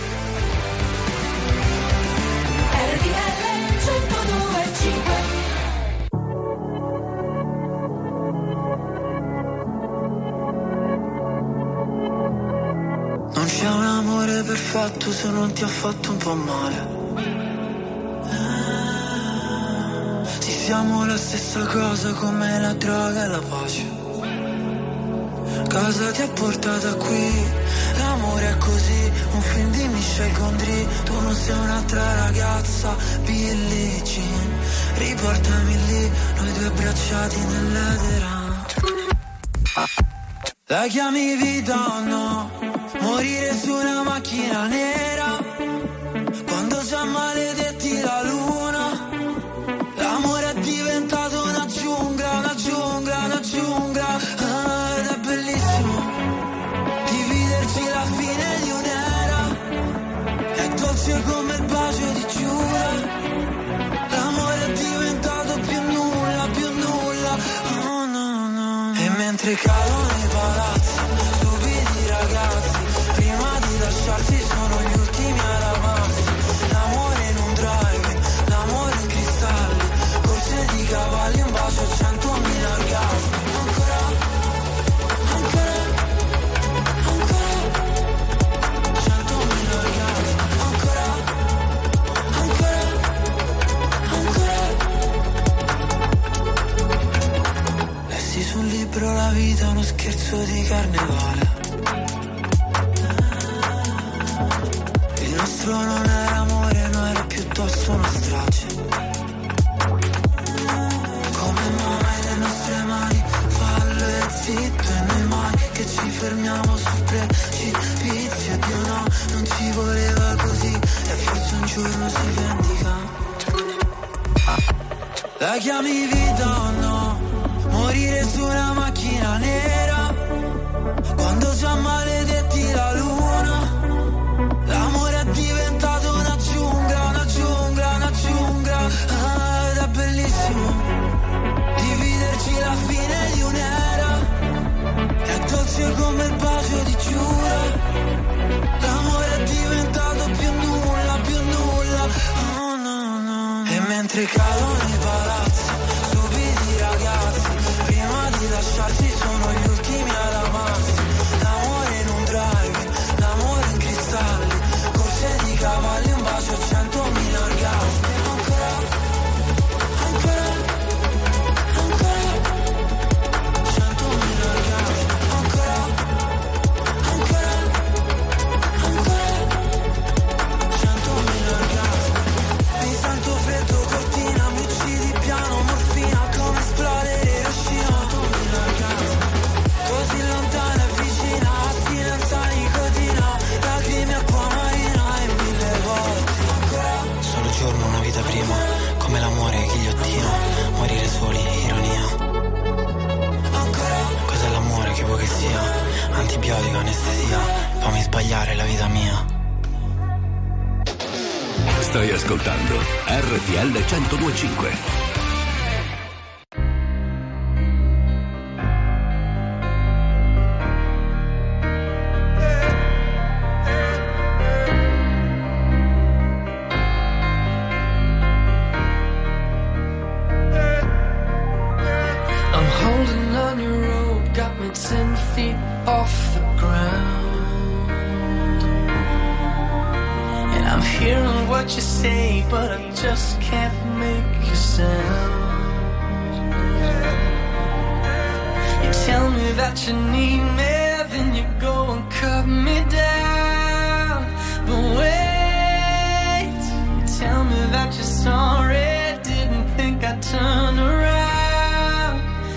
R T L centodue e cinque.
Non c'è un amore perfetto se non ti ha fatto un po' male. Sì, siamo la stessa cosa come la droga e la pace. Cosa ti ha portata qui? L'amore è così, un film di Michel Gondry. Tu non sei un'altra ragazza, Billie Jean. Riportami lì, noi due abbracciati nell'edera. La chiami vita o no? Morire su una macchina nera, quando già maledetti la luna. L'amore è diventato una giungla, una giungla, una giungla. Ah, ed è bellissimo dividerci la fine di un'era. È dolce come il bacio di Giura. L'amore è diventato più nulla, più nulla. Oh no, no. E mentre cadono i palazzi, stupidi ragazzi, prima di lasciarsi sono gli ultimi a ramarsi. L'amore in un drive, l'amore in cristalli, corse di cavalli, un bacio a centomila orgasmi. Ancora, ancora, ancora, centomila orgasmi. Ancora, ancora, ancora. Lessi sul libro la vita è uno scherzo di carnevale. Il nostro non era amore, no, era piuttosto una strage. Come mai le nostre mani fallo e zitto e noi mai che ci fermiamo sul precipizio. Dio no, non ci voleva così e forse un giorno si vendica. La chiami vita o no? Morire su una macchina nera, quando già maledetti la luna. L'amore è diventato una giungla, una giungla, una giungla. Ah, ed è bellissimo dividerci la fine di un'era. È dolce come il bacio di Giura. L'amore è diventato più nulla, più nulla. Oh no, no. E mentre cadono i palazzi, stupidi ragazzi, prima di lasciarsi sono gli ultimi a ramarsi. L'amore in un drive, l'amore in cristalli, corse di cavalli, un bacio a centomila orgasmi. Ancora, ancora, ancora, centomila orgasmi. Ancora, ancora, ancora, centomila orgasmi. Mi sento freddo, cortina, mi uccidi piano, morfina, come esplodere Hiroshima. Centomila orgasmi. Così lontana e vicina, astinenza, nicotina, lacrime, acqua marina e mille volte. Ancora. Solo giorno, una vita prima, come l'amore, ghigliottina, morire soli, ironia. Ancora. Cos'è l'amore, che vuoi che sia? Antibiotico, anestesia, fammi sbagliare la vita mia.
Stai ascoltando R T L centodue e cinque.
I'm holding on your rope, got me ten feet off the ground. And I'm hearing what you say, but I just can't make a sound. You tell me that you need me, then you go and cut me down. But wait, you tell me that you're sorry, didn't think I'd turn around.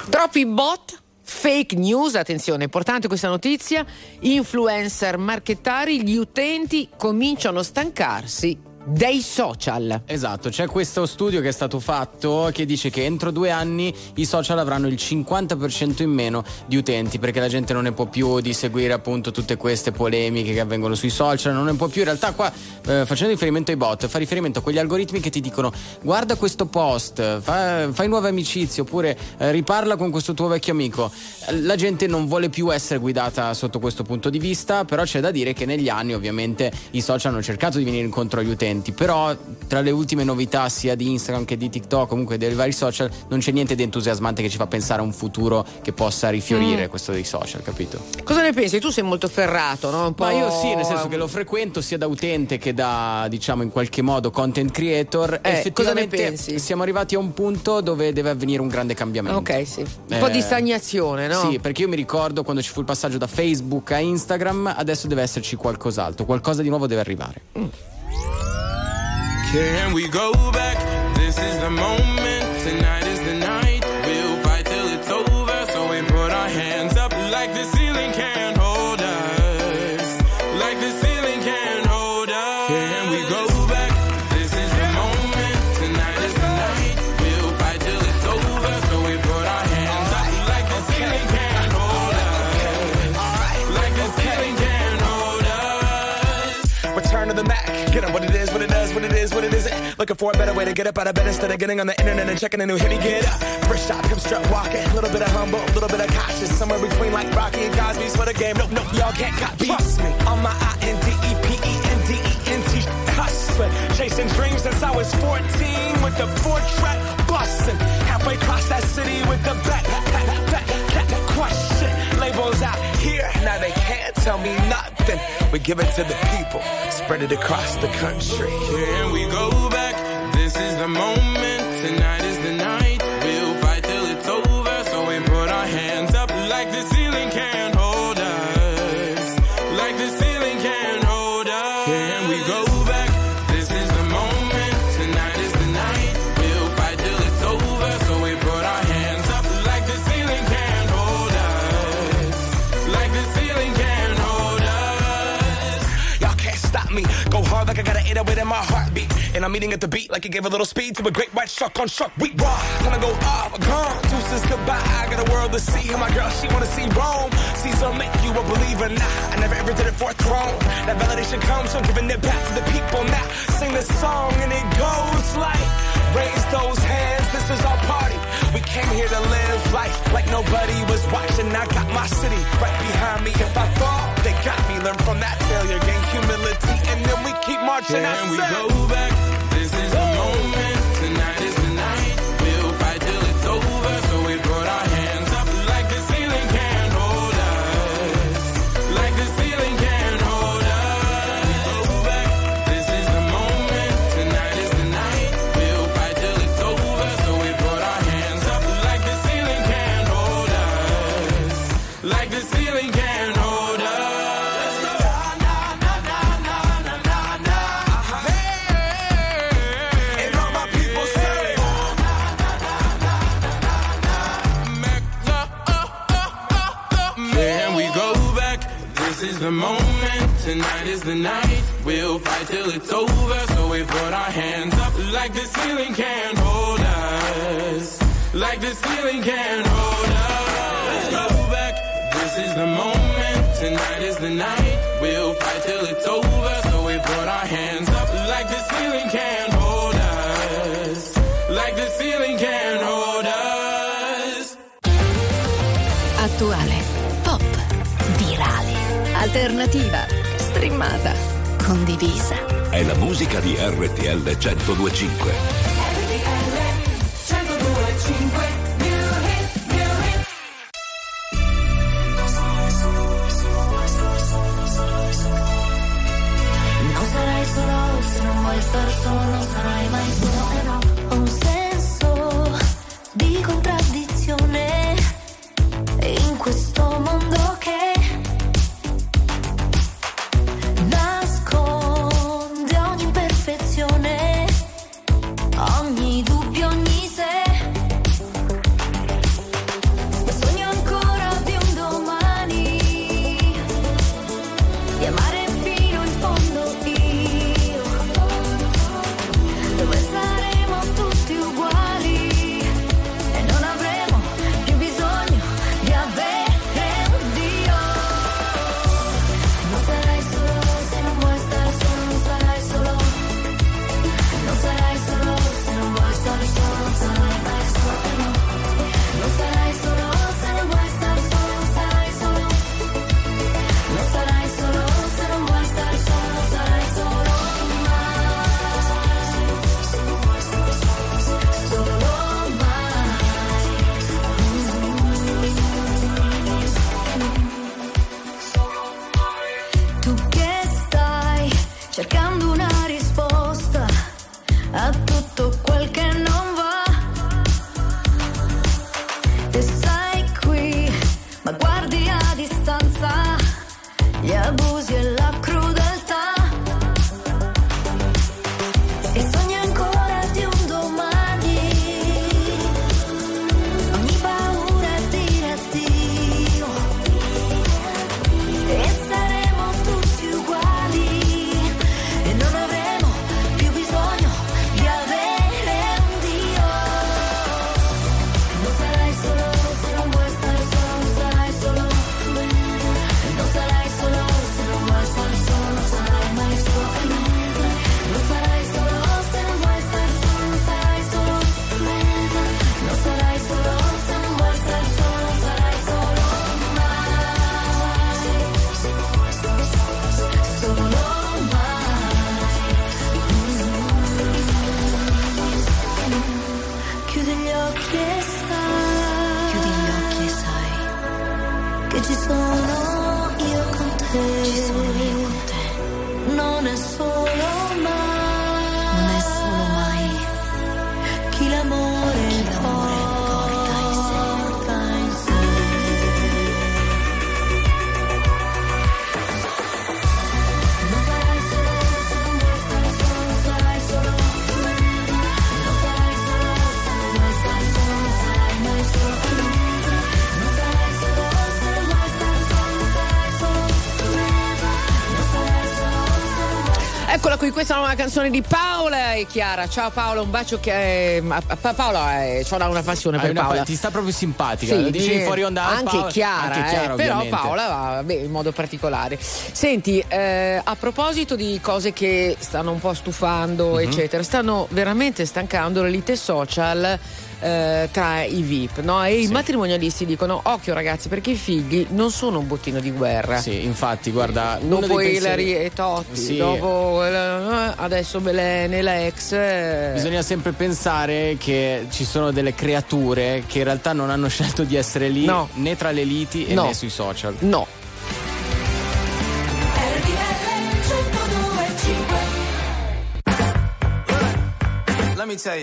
Troppi bot, fake news, attenzione, importante questa notizia, influencer, marchettari, gli utenti cominciano a stancarsi dei social.
Esatto, c'è questo studio che è stato fatto che dice che entro due anni i social avranno il cinquanta per cento in meno di utenti, perché la gente non ne può più di seguire appunto tutte queste polemiche che avvengono sui social, non ne può più. In realtà qua eh, facendo riferimento ai bot, fa riferimento a quegli algoritmi che ti dicono guarda questo post, fa, fai nuove amicizie, oppure eh, riparla con questo tuo vecchio amico. La gente non vuole più essere guidata sotto questo punto di vista, però c'è da dire che negli anni ovviamente i social hanno cercato di venire incontro agli utenti, però tra le ultime novità sia di Instagram che di TikTok, comunque dei vari social, non c'è niente di entusiasmante che ci fa pensare a un futuro che possa rifiorire, mm. questo dei social, capito?
Cosa ne pensi? Tu sei molto ferrato, no? Un po'...
Ma io sì, nel senso che lo frequento sia da utente che da, diciamo, in qualche modo content creator.
Eh,
Effettivamente
cosa ne pensi?
Siamo arrivati a un punto dove deve avvenire un grande cambiamento.
Ok, sì. Un
eh,
po' di stagnazione, no?
Sì, perché io mi ricordo quando ci fu il passaggio da Facebook a Instagram, adesso deve esserci qualcos'altro, qualcosa di nuovo deve arrivare. Mm.
Can we go back? This is the moment. Tonight is the night. We'll fight till it's over. So we put our hands up like the ceiling can't hold us. Like the ceiling can't hold us. Can we go back? This is the moment. Tonight is the night. We'll fight till it's over. So we put our hands up like the ceiling can't hold us. Like the ceiling can't hold us.
Return to the Mac. Get up what it is, what it does, what it is, what it isn't. Looking for a better way to get up out of bed instead of getting on the internet and checking a new hit. Me get up, first shot, hip strut walking. A little bit of humble, a little bit of cautious. Somewhere between like Rocky and Cosby's for the game. Nope, nope, y'all can't copy. Trust me, on my I N D E P E N D E N T hustling. Chasing dreams since I was fourteen with the four track busting. Halfway across that city with the back, back, back, back, back, question. Labels out here, now they can't tell me nothing. We give it to the people, spread it across the country.
Can we go back? This is the moment. Tonight is the night. We'll fight till it's over. So we put our hands up like the ceiling can't hold us. Like the ceiling can't hold us. Can we go back? This is the moment. Tonight is the night. We'll fight till it's over. So we put our hands up like the ceiling can't hold us. Like the ceiling can't hold us.
Y'all can't stop me. Go hard like I got an eight oh eight in my heartbeat. And I'm eating at the beat like it gave a little speed to a great white shark on shark. We raw, gonna go off, gone. Deuces goodbye, I got a world to see. And my girl, she wanna see Rome. Caesar make you a believer, nah. I never ever did it for a throne. That validation comes from giving it back to the people. Now sing this song and it goes like, raise those hands, this is our party. We came here to live life like nobody was watching. I got my city right behind me. If I fall, they got me. Learn from that failure, gain humility, and then we keep marching.
Can we go back? This is the moment. Tonight is the night. We'll fight till it's over. So we put our hands up like the ceiling can't hold us. Like the ceiling can't hold us. We go back. This is the moment. Tonight is the night. We'll fight till it's over. So we put our hands up like the ceiling can't hold us. Like the ceiling can't hold us. This is the moment, tonight is the night. We'll fight till it's over. So we put our hands up like the ceiling can't hold us. Like the ceiling can't hold us. Let's go back. This is the moment, tonight is the night. We'll fight till it's over. So we put our hands up like the ceiling can't hold us. Like the ceiling can't hold us.
Attuale, pop, virale, alternativa, streamata, condivisa.
È la musica di R T L centodue e cinque.
R T L centodue e cinque.
Non sarai solo se non vuoi star solo, non sarai mai solo, e no. Ho un senso di contraddizione in questo mondo che nasconde ogni imperfezione.
qui questa è una canzone di Paola e Chiara. Ciao Paola, un bacio che è... Paola è... c'ha una passione
Hai
per
una,
Paola.
ti sta proprio simpatica,
Sì,
lo dicevi
eh,
fuori onda.
anche
Paola,
Chiara,
anche Chiara
eh, però
ovviamente.
Paola va vabbè, in modo particolare. Senti, eh, a proposito di cose che stanno un po' stufando,
Mm-hmm.
eccetera, stanno veramente stancando le lite social eh, tra i V I P, no? E i matrimonialisti dicono: occhio ragazzi, perché i figli non sono un bottino di guerra.
Sì, infatti, guarda, uno
dopo
dei
Ilari
pensieri-
e Totti,
Sì.
dopo eh, adesso Belen e la ex. eh.
Bisogna sempre pensare che ci sono delle creature che in realtà non hanno scelto di essere lì,
No.
né tra le liti e
No.
né sui social.
No.
Let me tell you.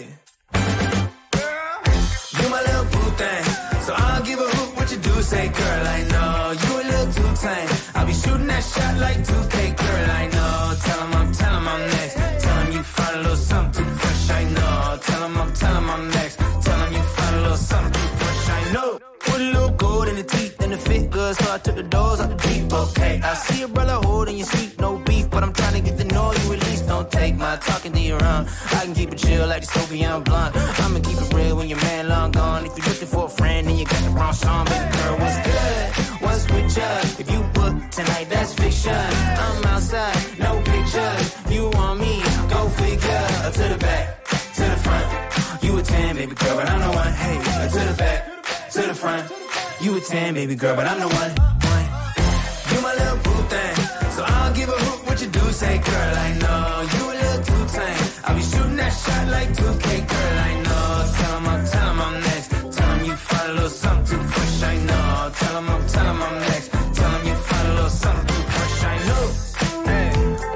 You my little boo thing, so I'll give a hoot what you do. Say, girl, I know you a little too tame. I'll be shooting that shot like two K, girl, I know. Tell 'em I'm, tell 'em I'm next. Tell 'em you find a little something too fresh, I know. Tell 'em I'm, tell 'em I'm next. Tell 'em you find a little something too fresh, I know. Put a little gold in the teeth and the fit good, so I took the doors out the deep, okay. I see a brother holding your seat, no beef, but I'm trying to get to know you at least. Don't take my talking to your own. I can keep it chill like the Soviet blunt. I'ma keep it real when your man long gone. If you're looking for a friend, then you got the wrong song. Baby girl, what's good? What's with ya? If you book tonight, that's fiction. I'm outside, no pictures. You want me? Go figure. Uh, to the back, to the front. You a ten, baby girl, but I'm the one. Hey, uh, to the back, to the front. You a ten, baby girl, but I'm the one. one. You my little boo thing, so I'll give a hoot what you do. Say, girl, I know you a little too tame. I'll be shooting that shot like two K, girl, I know. Tell 'em I'm, tell 'em I'm next. Tell 'em you find a little something too fresh, I know. Tell 'em I'm, tell 'em I'm next. Tell 'em you find a little something too fresh, I know. Hey,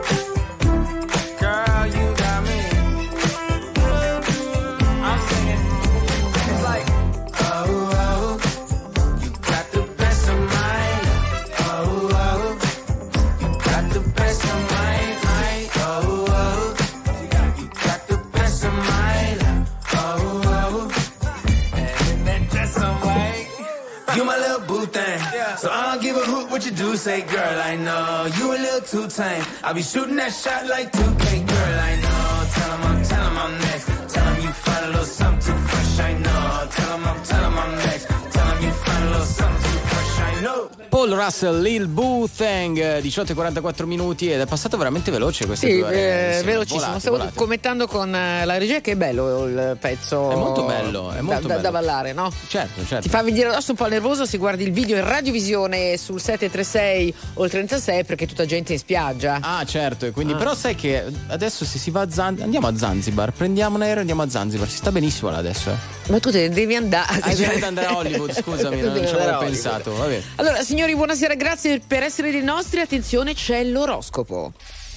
girl, you got me. I'm singing. It's like, oh, oh, you got the best of mine. Oh, oh, you got the best of mine. I, oh, oh, you got the best of mine. Oh, oh, and then just some way. You my little boo thing, so I don't give a hoot what you do. Say, girl, I know you a little too tame. I'll be shooting that shot like two K, girl, I know. Tell 'em I'm, tell 'em I'm next. Tell 'em you find a little something too fresh, I know. Tell 'em I'm, tell 'em I'm next. Tell 'em you find a little something too fresh, I know.
Paul Russell, Lil Boo Thang, diciotto e quarantaquattro minuti ed è passato veramente veloce queste
Sì,
due ore
eh,
insieme.
velocissimo.
Volate,
Stavo
volate.
commentando con eh, la regia che è bello il pezzo.
È molto bello, è molto
da, da-
bello.
da ballare, no?
Certo, certo.
Ti fa venire addosso un po' nervoso se guardi il video in radiovisione sul sette tre sei o il trentasei perché è tutta gente in spiaggia.
Ah, certo, e quindi
Ah.
però sai che adesso se si va a Zanzibar, andiamo a Zanzibar, prendiamo un aereo e andiamo a Zanzibar, si sta benissimo là adesso. Eh.
Ma tu te ne devi andare.
Ah, devi andare a Hollywood, scusami,
Tu
non
devi
ci
andare
avevo
a
pensato, vabbè.
Allora, signori, buonasera, grazie per essere dei nostri. Attenzione, c'è l'oroscopo.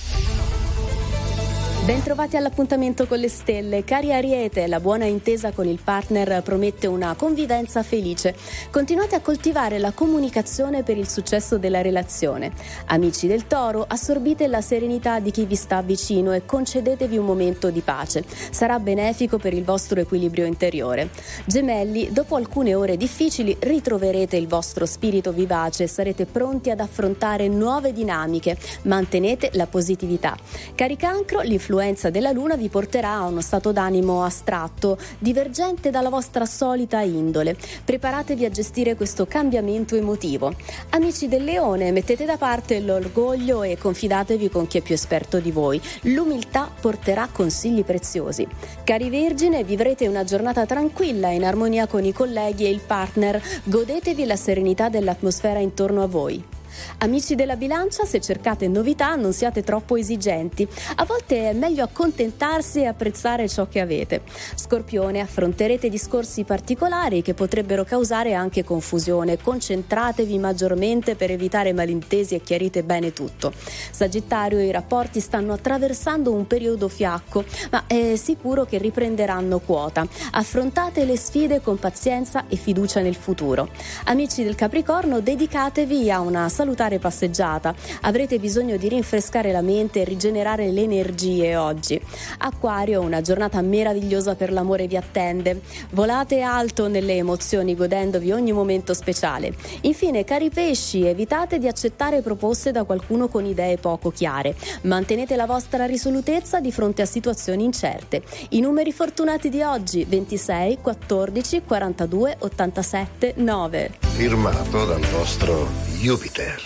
Bentrovati all'appuntamento con le stelle. Cari Ariete, la buona intesa con il partner promette una convivenza felice. Continuate a coltivare la comunicazione per il successo della relazione. Amici del Toro, assorbite la serenità di chi vi sta vicino e concedetevi un momento di pace. Sarà benefico per il vostro equilibrio interiore. Gemelli, dopo alcune ore difficili ritroverete il vostro spirito vivace e sarete pronti ad affrontare nuove dinamiche. Mantenete la positività. Cari Cancro, l'influenza della Luna vi porterà a uno stato d'animo astratto, divergente dalla vostra solita indole. Preparatevi a gestire questo cambiamento emotivo. Amici del Leone, mettete da parte l'orgoglio e confidatevi con chi è più esperto di voi. L'umiltà porterà consigli preziosi. Cari Vergine, vivrete una giornata tranquilla in armonia con i colleghi e il partner. Godetevi la serenità dell'atmosfera intorno a voi. Amici della Bilancia, se cercate novità non siate troppo esigenti. A volte è meglio accontentarsi e apprezzare ciò che avete. Scorpione, affronterete discorsi particolari che potrebbero causare anche confusione. Concentratevi maggiormente per evitare malintesi e chiarite bene tutto. Sagittario, i rapporti stanno attraversando un periodo fiacco, ma è sicuro che riprenderanno quota. Affrontate le sfide con pazienza e fiducia nel futuro. Amici del Capricorno, dedicatevi a una salute salutare passeggiata. Avrete bisogno di rinfrescare la mente e rigenerare le energie oggi. Acquario, una giornata meravigliosa per l'amore vi attende. Volate alto nelle emozioni, godendovi ogni momento speciale. Infine, cari pesci, evitate di accettare proposte da qualcuno con idee poco chiare. Mantenete la vostra risolutezza di fronte a situazioni incerte. I numeri fortunati di oggi: ventisei, quattordici, quarantadue, ottantasette, nove.
Firmato dal vostro Jupiter.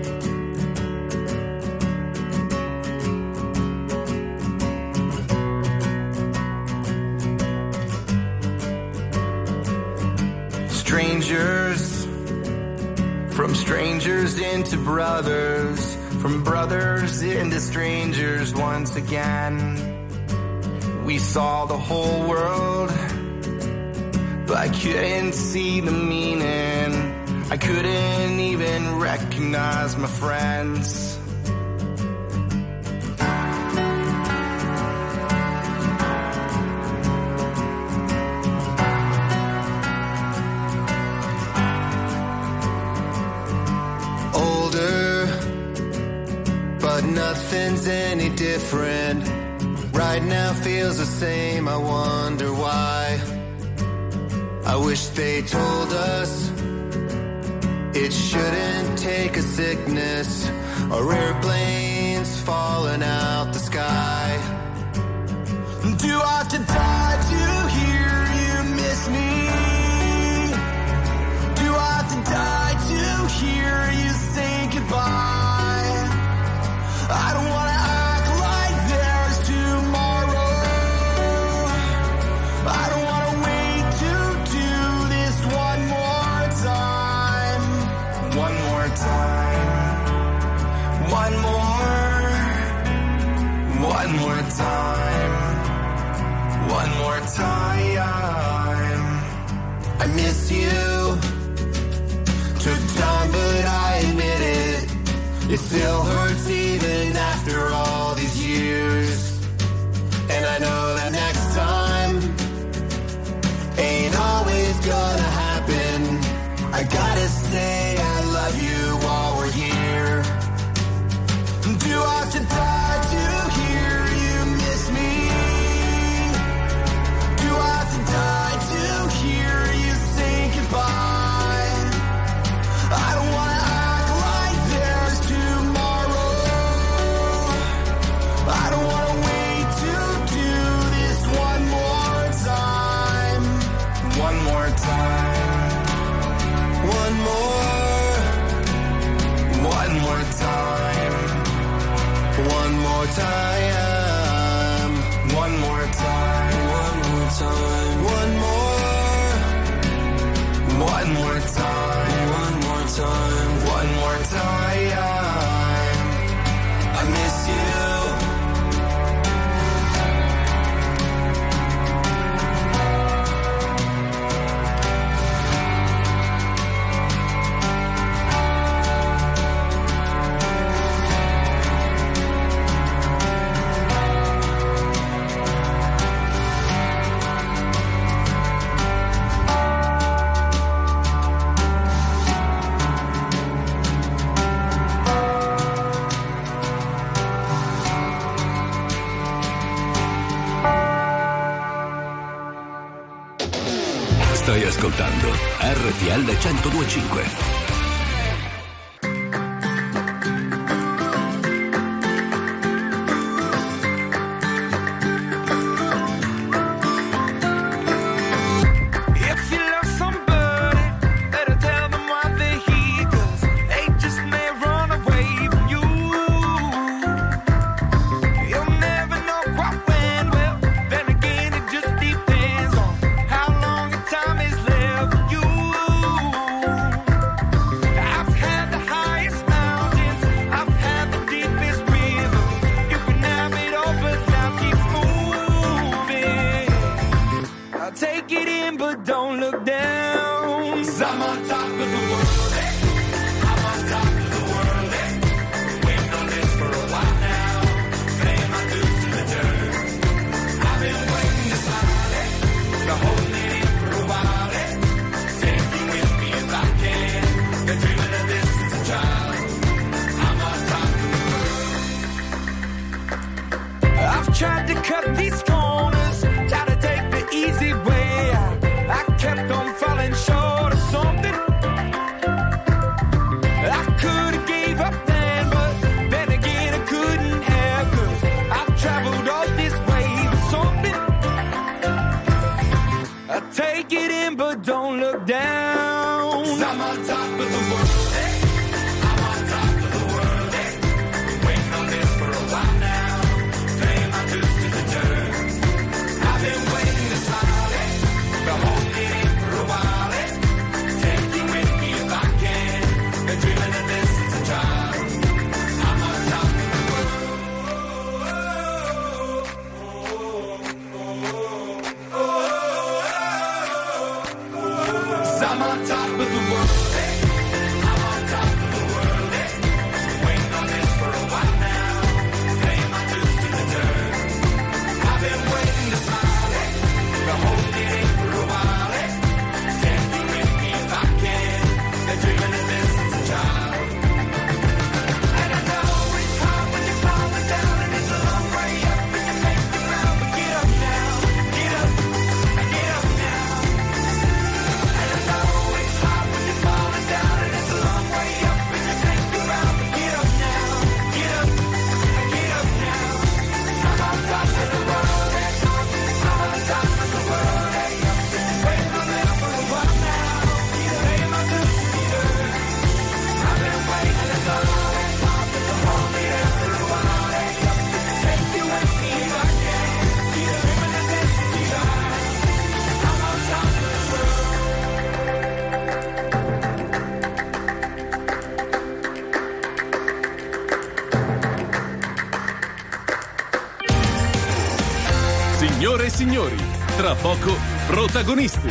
Strangers, from strangers into brothers, from brothers into strangers once again. We saw the whole world, but I couldn't see the meaning. I couldn't even recognize my friends.
Older, but nothing's any different. Right now feels the same, I wonder why. I wish they told us it shouldn't take a sickness or airplanes falling out the sky.
Do I have to die to hear you miss me? Do I have to die to hear you say goodbye? I don't wanna act like there's tomorrow. I don't wanna wait to do this one more time. One more time. One more. One more time. One more time. I miss you. Took time, but I admit it. It still hurts even after all these years. And I know that next time ain't always gonna happen. I gotta say I love you while we're here. Do I have to die to hear you miss me? Do I have to die to hear you say goodbye? I don't wanna act like there's tomorrow. I don't wanna wait to do this one more time. One more time. One more. One more time. One more time. One more time. One more time. One more. One more time. One more time. One more time. I miss you.
Stai ascoltando R T L centodue e cinque.
don't look down. 'Cause I'm on top of the world, hey. I'm on top of the world, hey. Been waiting on this for a while now. Paying my dues to the dirt. I've been waiting to smile, hey. Been holding it for a while, hey. Take you with me if I can. Been dreaming of this since a child. I'm on top of the world. I'm on top of the world, hey. I'm on top of the world, hey. Waiting on this for a while now. Paying my dues to the dirt. I've been waiting to smile, hey. Been holding it for a while, hey. Take you with me if I can. Been dreaming of this since a child. And I know it's hard when you're falling down, and it's a long way up when you make the ground. But get up now, get up, get up now. And I know it's hard when you're falling down, and it's a long way up when you make the ground. But get up now, get up, get up now. I'm on top of the world, hey. I'm on top of the world, hey. Waiting on this for a while now. Paying my dues to the dirt. I've been waiting to go, hey. To hold me there for a while, hey. Take you with me if I can. Dreaming of this to be high. I'm on top of the world.
Signore e signori, tra poco protagonisti.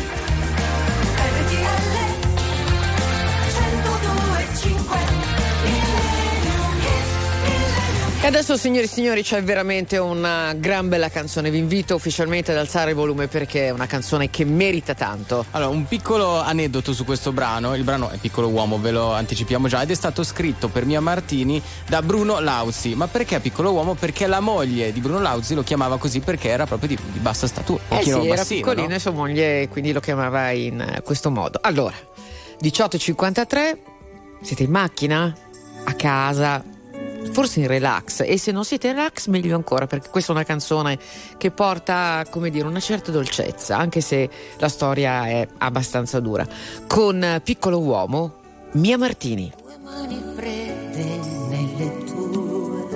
E adesso, signori e signori, c'è veramente una gran bella canzone. Vi invito ufficialmente ad alzare il volume perché è una canzone che merita tanto.
Allora, un piccolo aneddoto su questo brano. Il brano è Piccolo Uomo, ve lo anticipiamo già, ed è stato scritto per Mia Martini da Bruno Lauzi. Ma perché Piccolo Uomo? Perché la moglie di Bruno Lauzi lo chiamava così perché era proprio di, di bassa statura, un
Eh
pochino
sì, era
bassino,
piccolino,
no?
e sua moglie quindi lo chiamava in eh, questo modo. Allora, diciotto e cinquantatré, siete in macchina? A casa? Forse in relax, e se non siete in relax meglio ancora, perché questa è una canzone che porta, come dire, una certa dolcezza, anche se la storia è abbastanza dura. Con Piccolo Uomo, Mia Martini.
Due mani fredde nelle tue,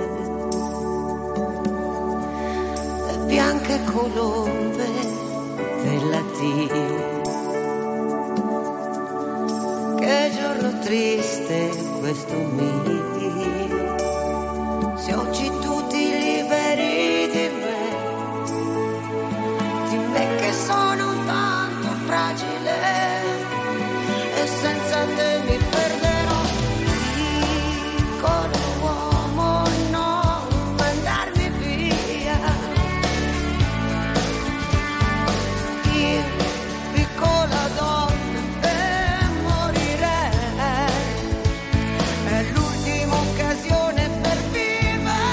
le bianche colombe dell'addio. Che giorno triste questo mio, se oggi tutti liberi di me, di me che sono tanto fragile e senza te mi perderò. Piccolo uomo, non mandarmi via. Io, piccola donna, e morirei. È l'ultima occasione per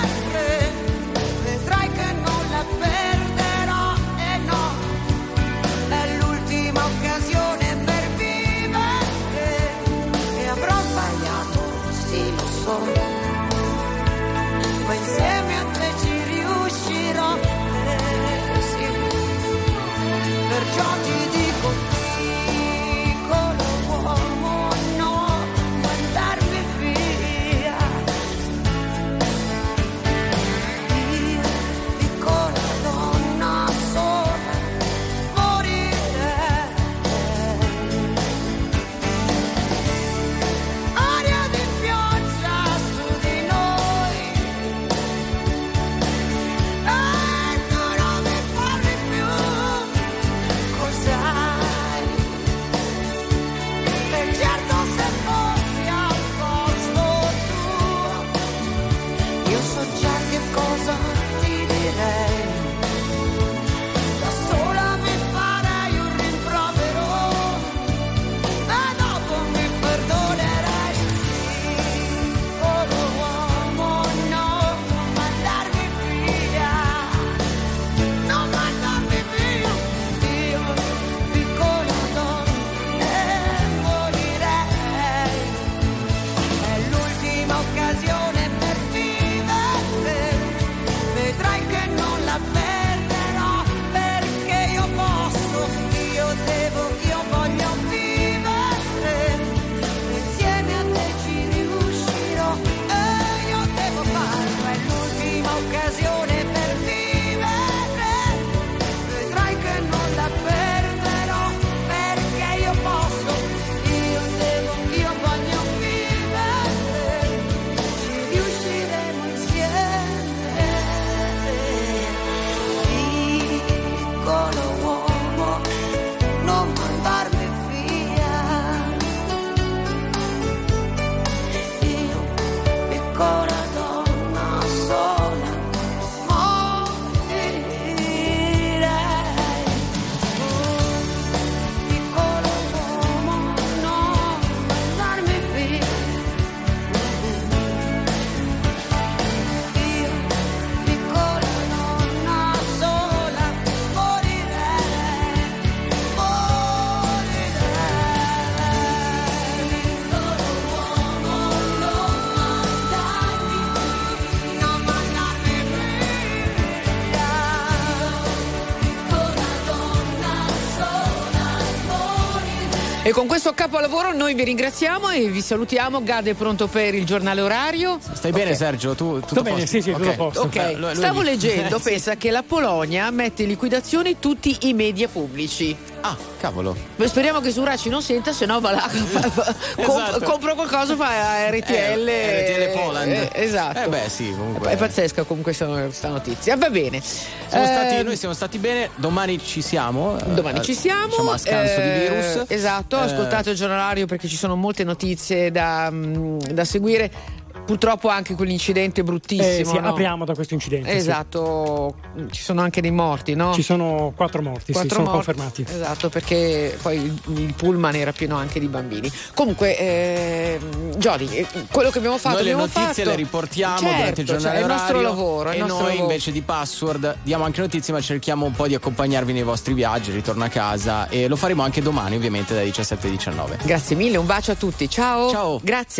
vivere. Vedrai che non la perderò, e no,
E con questo capolavoro noi vi ringraziamo e vi salutiamo. Gade è pronto per il giornale orario.
Stai
okay.
bene, Sergio? Tu tutto
Sto bene,
posto?
sì, sì, tutto a posto.
Ok,
Eh, lui- lui
stavo
dice-
leggendo,
Eh, sì.
pensa che la Polonia mette in liquidazione tutti i media pubblici.
Ah, cavolo.
Beh, speriamo che Suraci non senta, se no va là, fa- fa- comp-
Esatto.
compro qualcosa, fa R T L.
Eh, R T L Poland.
eh, esatto.
Eh beh, sì, comunque.
È pazzesca comunque questa notizia. Va bene.
Siamo
Eh,
stati, noi siamo stati bene, domani ci siamo. eh,
Domani ci siamo.
Diciamo a scanso di
eh,
virus.
Esatto,
Eh,
ascoltate il giornalario perché ci sono molte notizie da, mm, da seguire. Purtroppo anche quell'incidente bruttissimo.
Eh, sì,
no?
apriamo da questo incidente. sì.
Esatto, ci sono anche dei morti, no?
Ci sono quattro morti,
Quattro
sì, sono
morti.
confermati.
Esatto, perché poi il, il pullman era pieno anche di bambini. Comunque, eh, Jody, eh, quello che abbiamo fatto
Noi le
abbiamo
notizie
fatto.
le riportiamo
Certo,
durante il giornale
cioè, è il nostro
orario,
lavoro. è
e
il nostro
noi
lavoro.
invece di Password diamo anche notizie, ma cerchiamo un po' di accompagnarvi nei vostri viaggi, ritorno a casa, e lo faremo anche domani ovviamente dalle diciassette alle diciannove.
Grazie mille, un bacio a tutti. Ciao.
Ciao.
Grazie.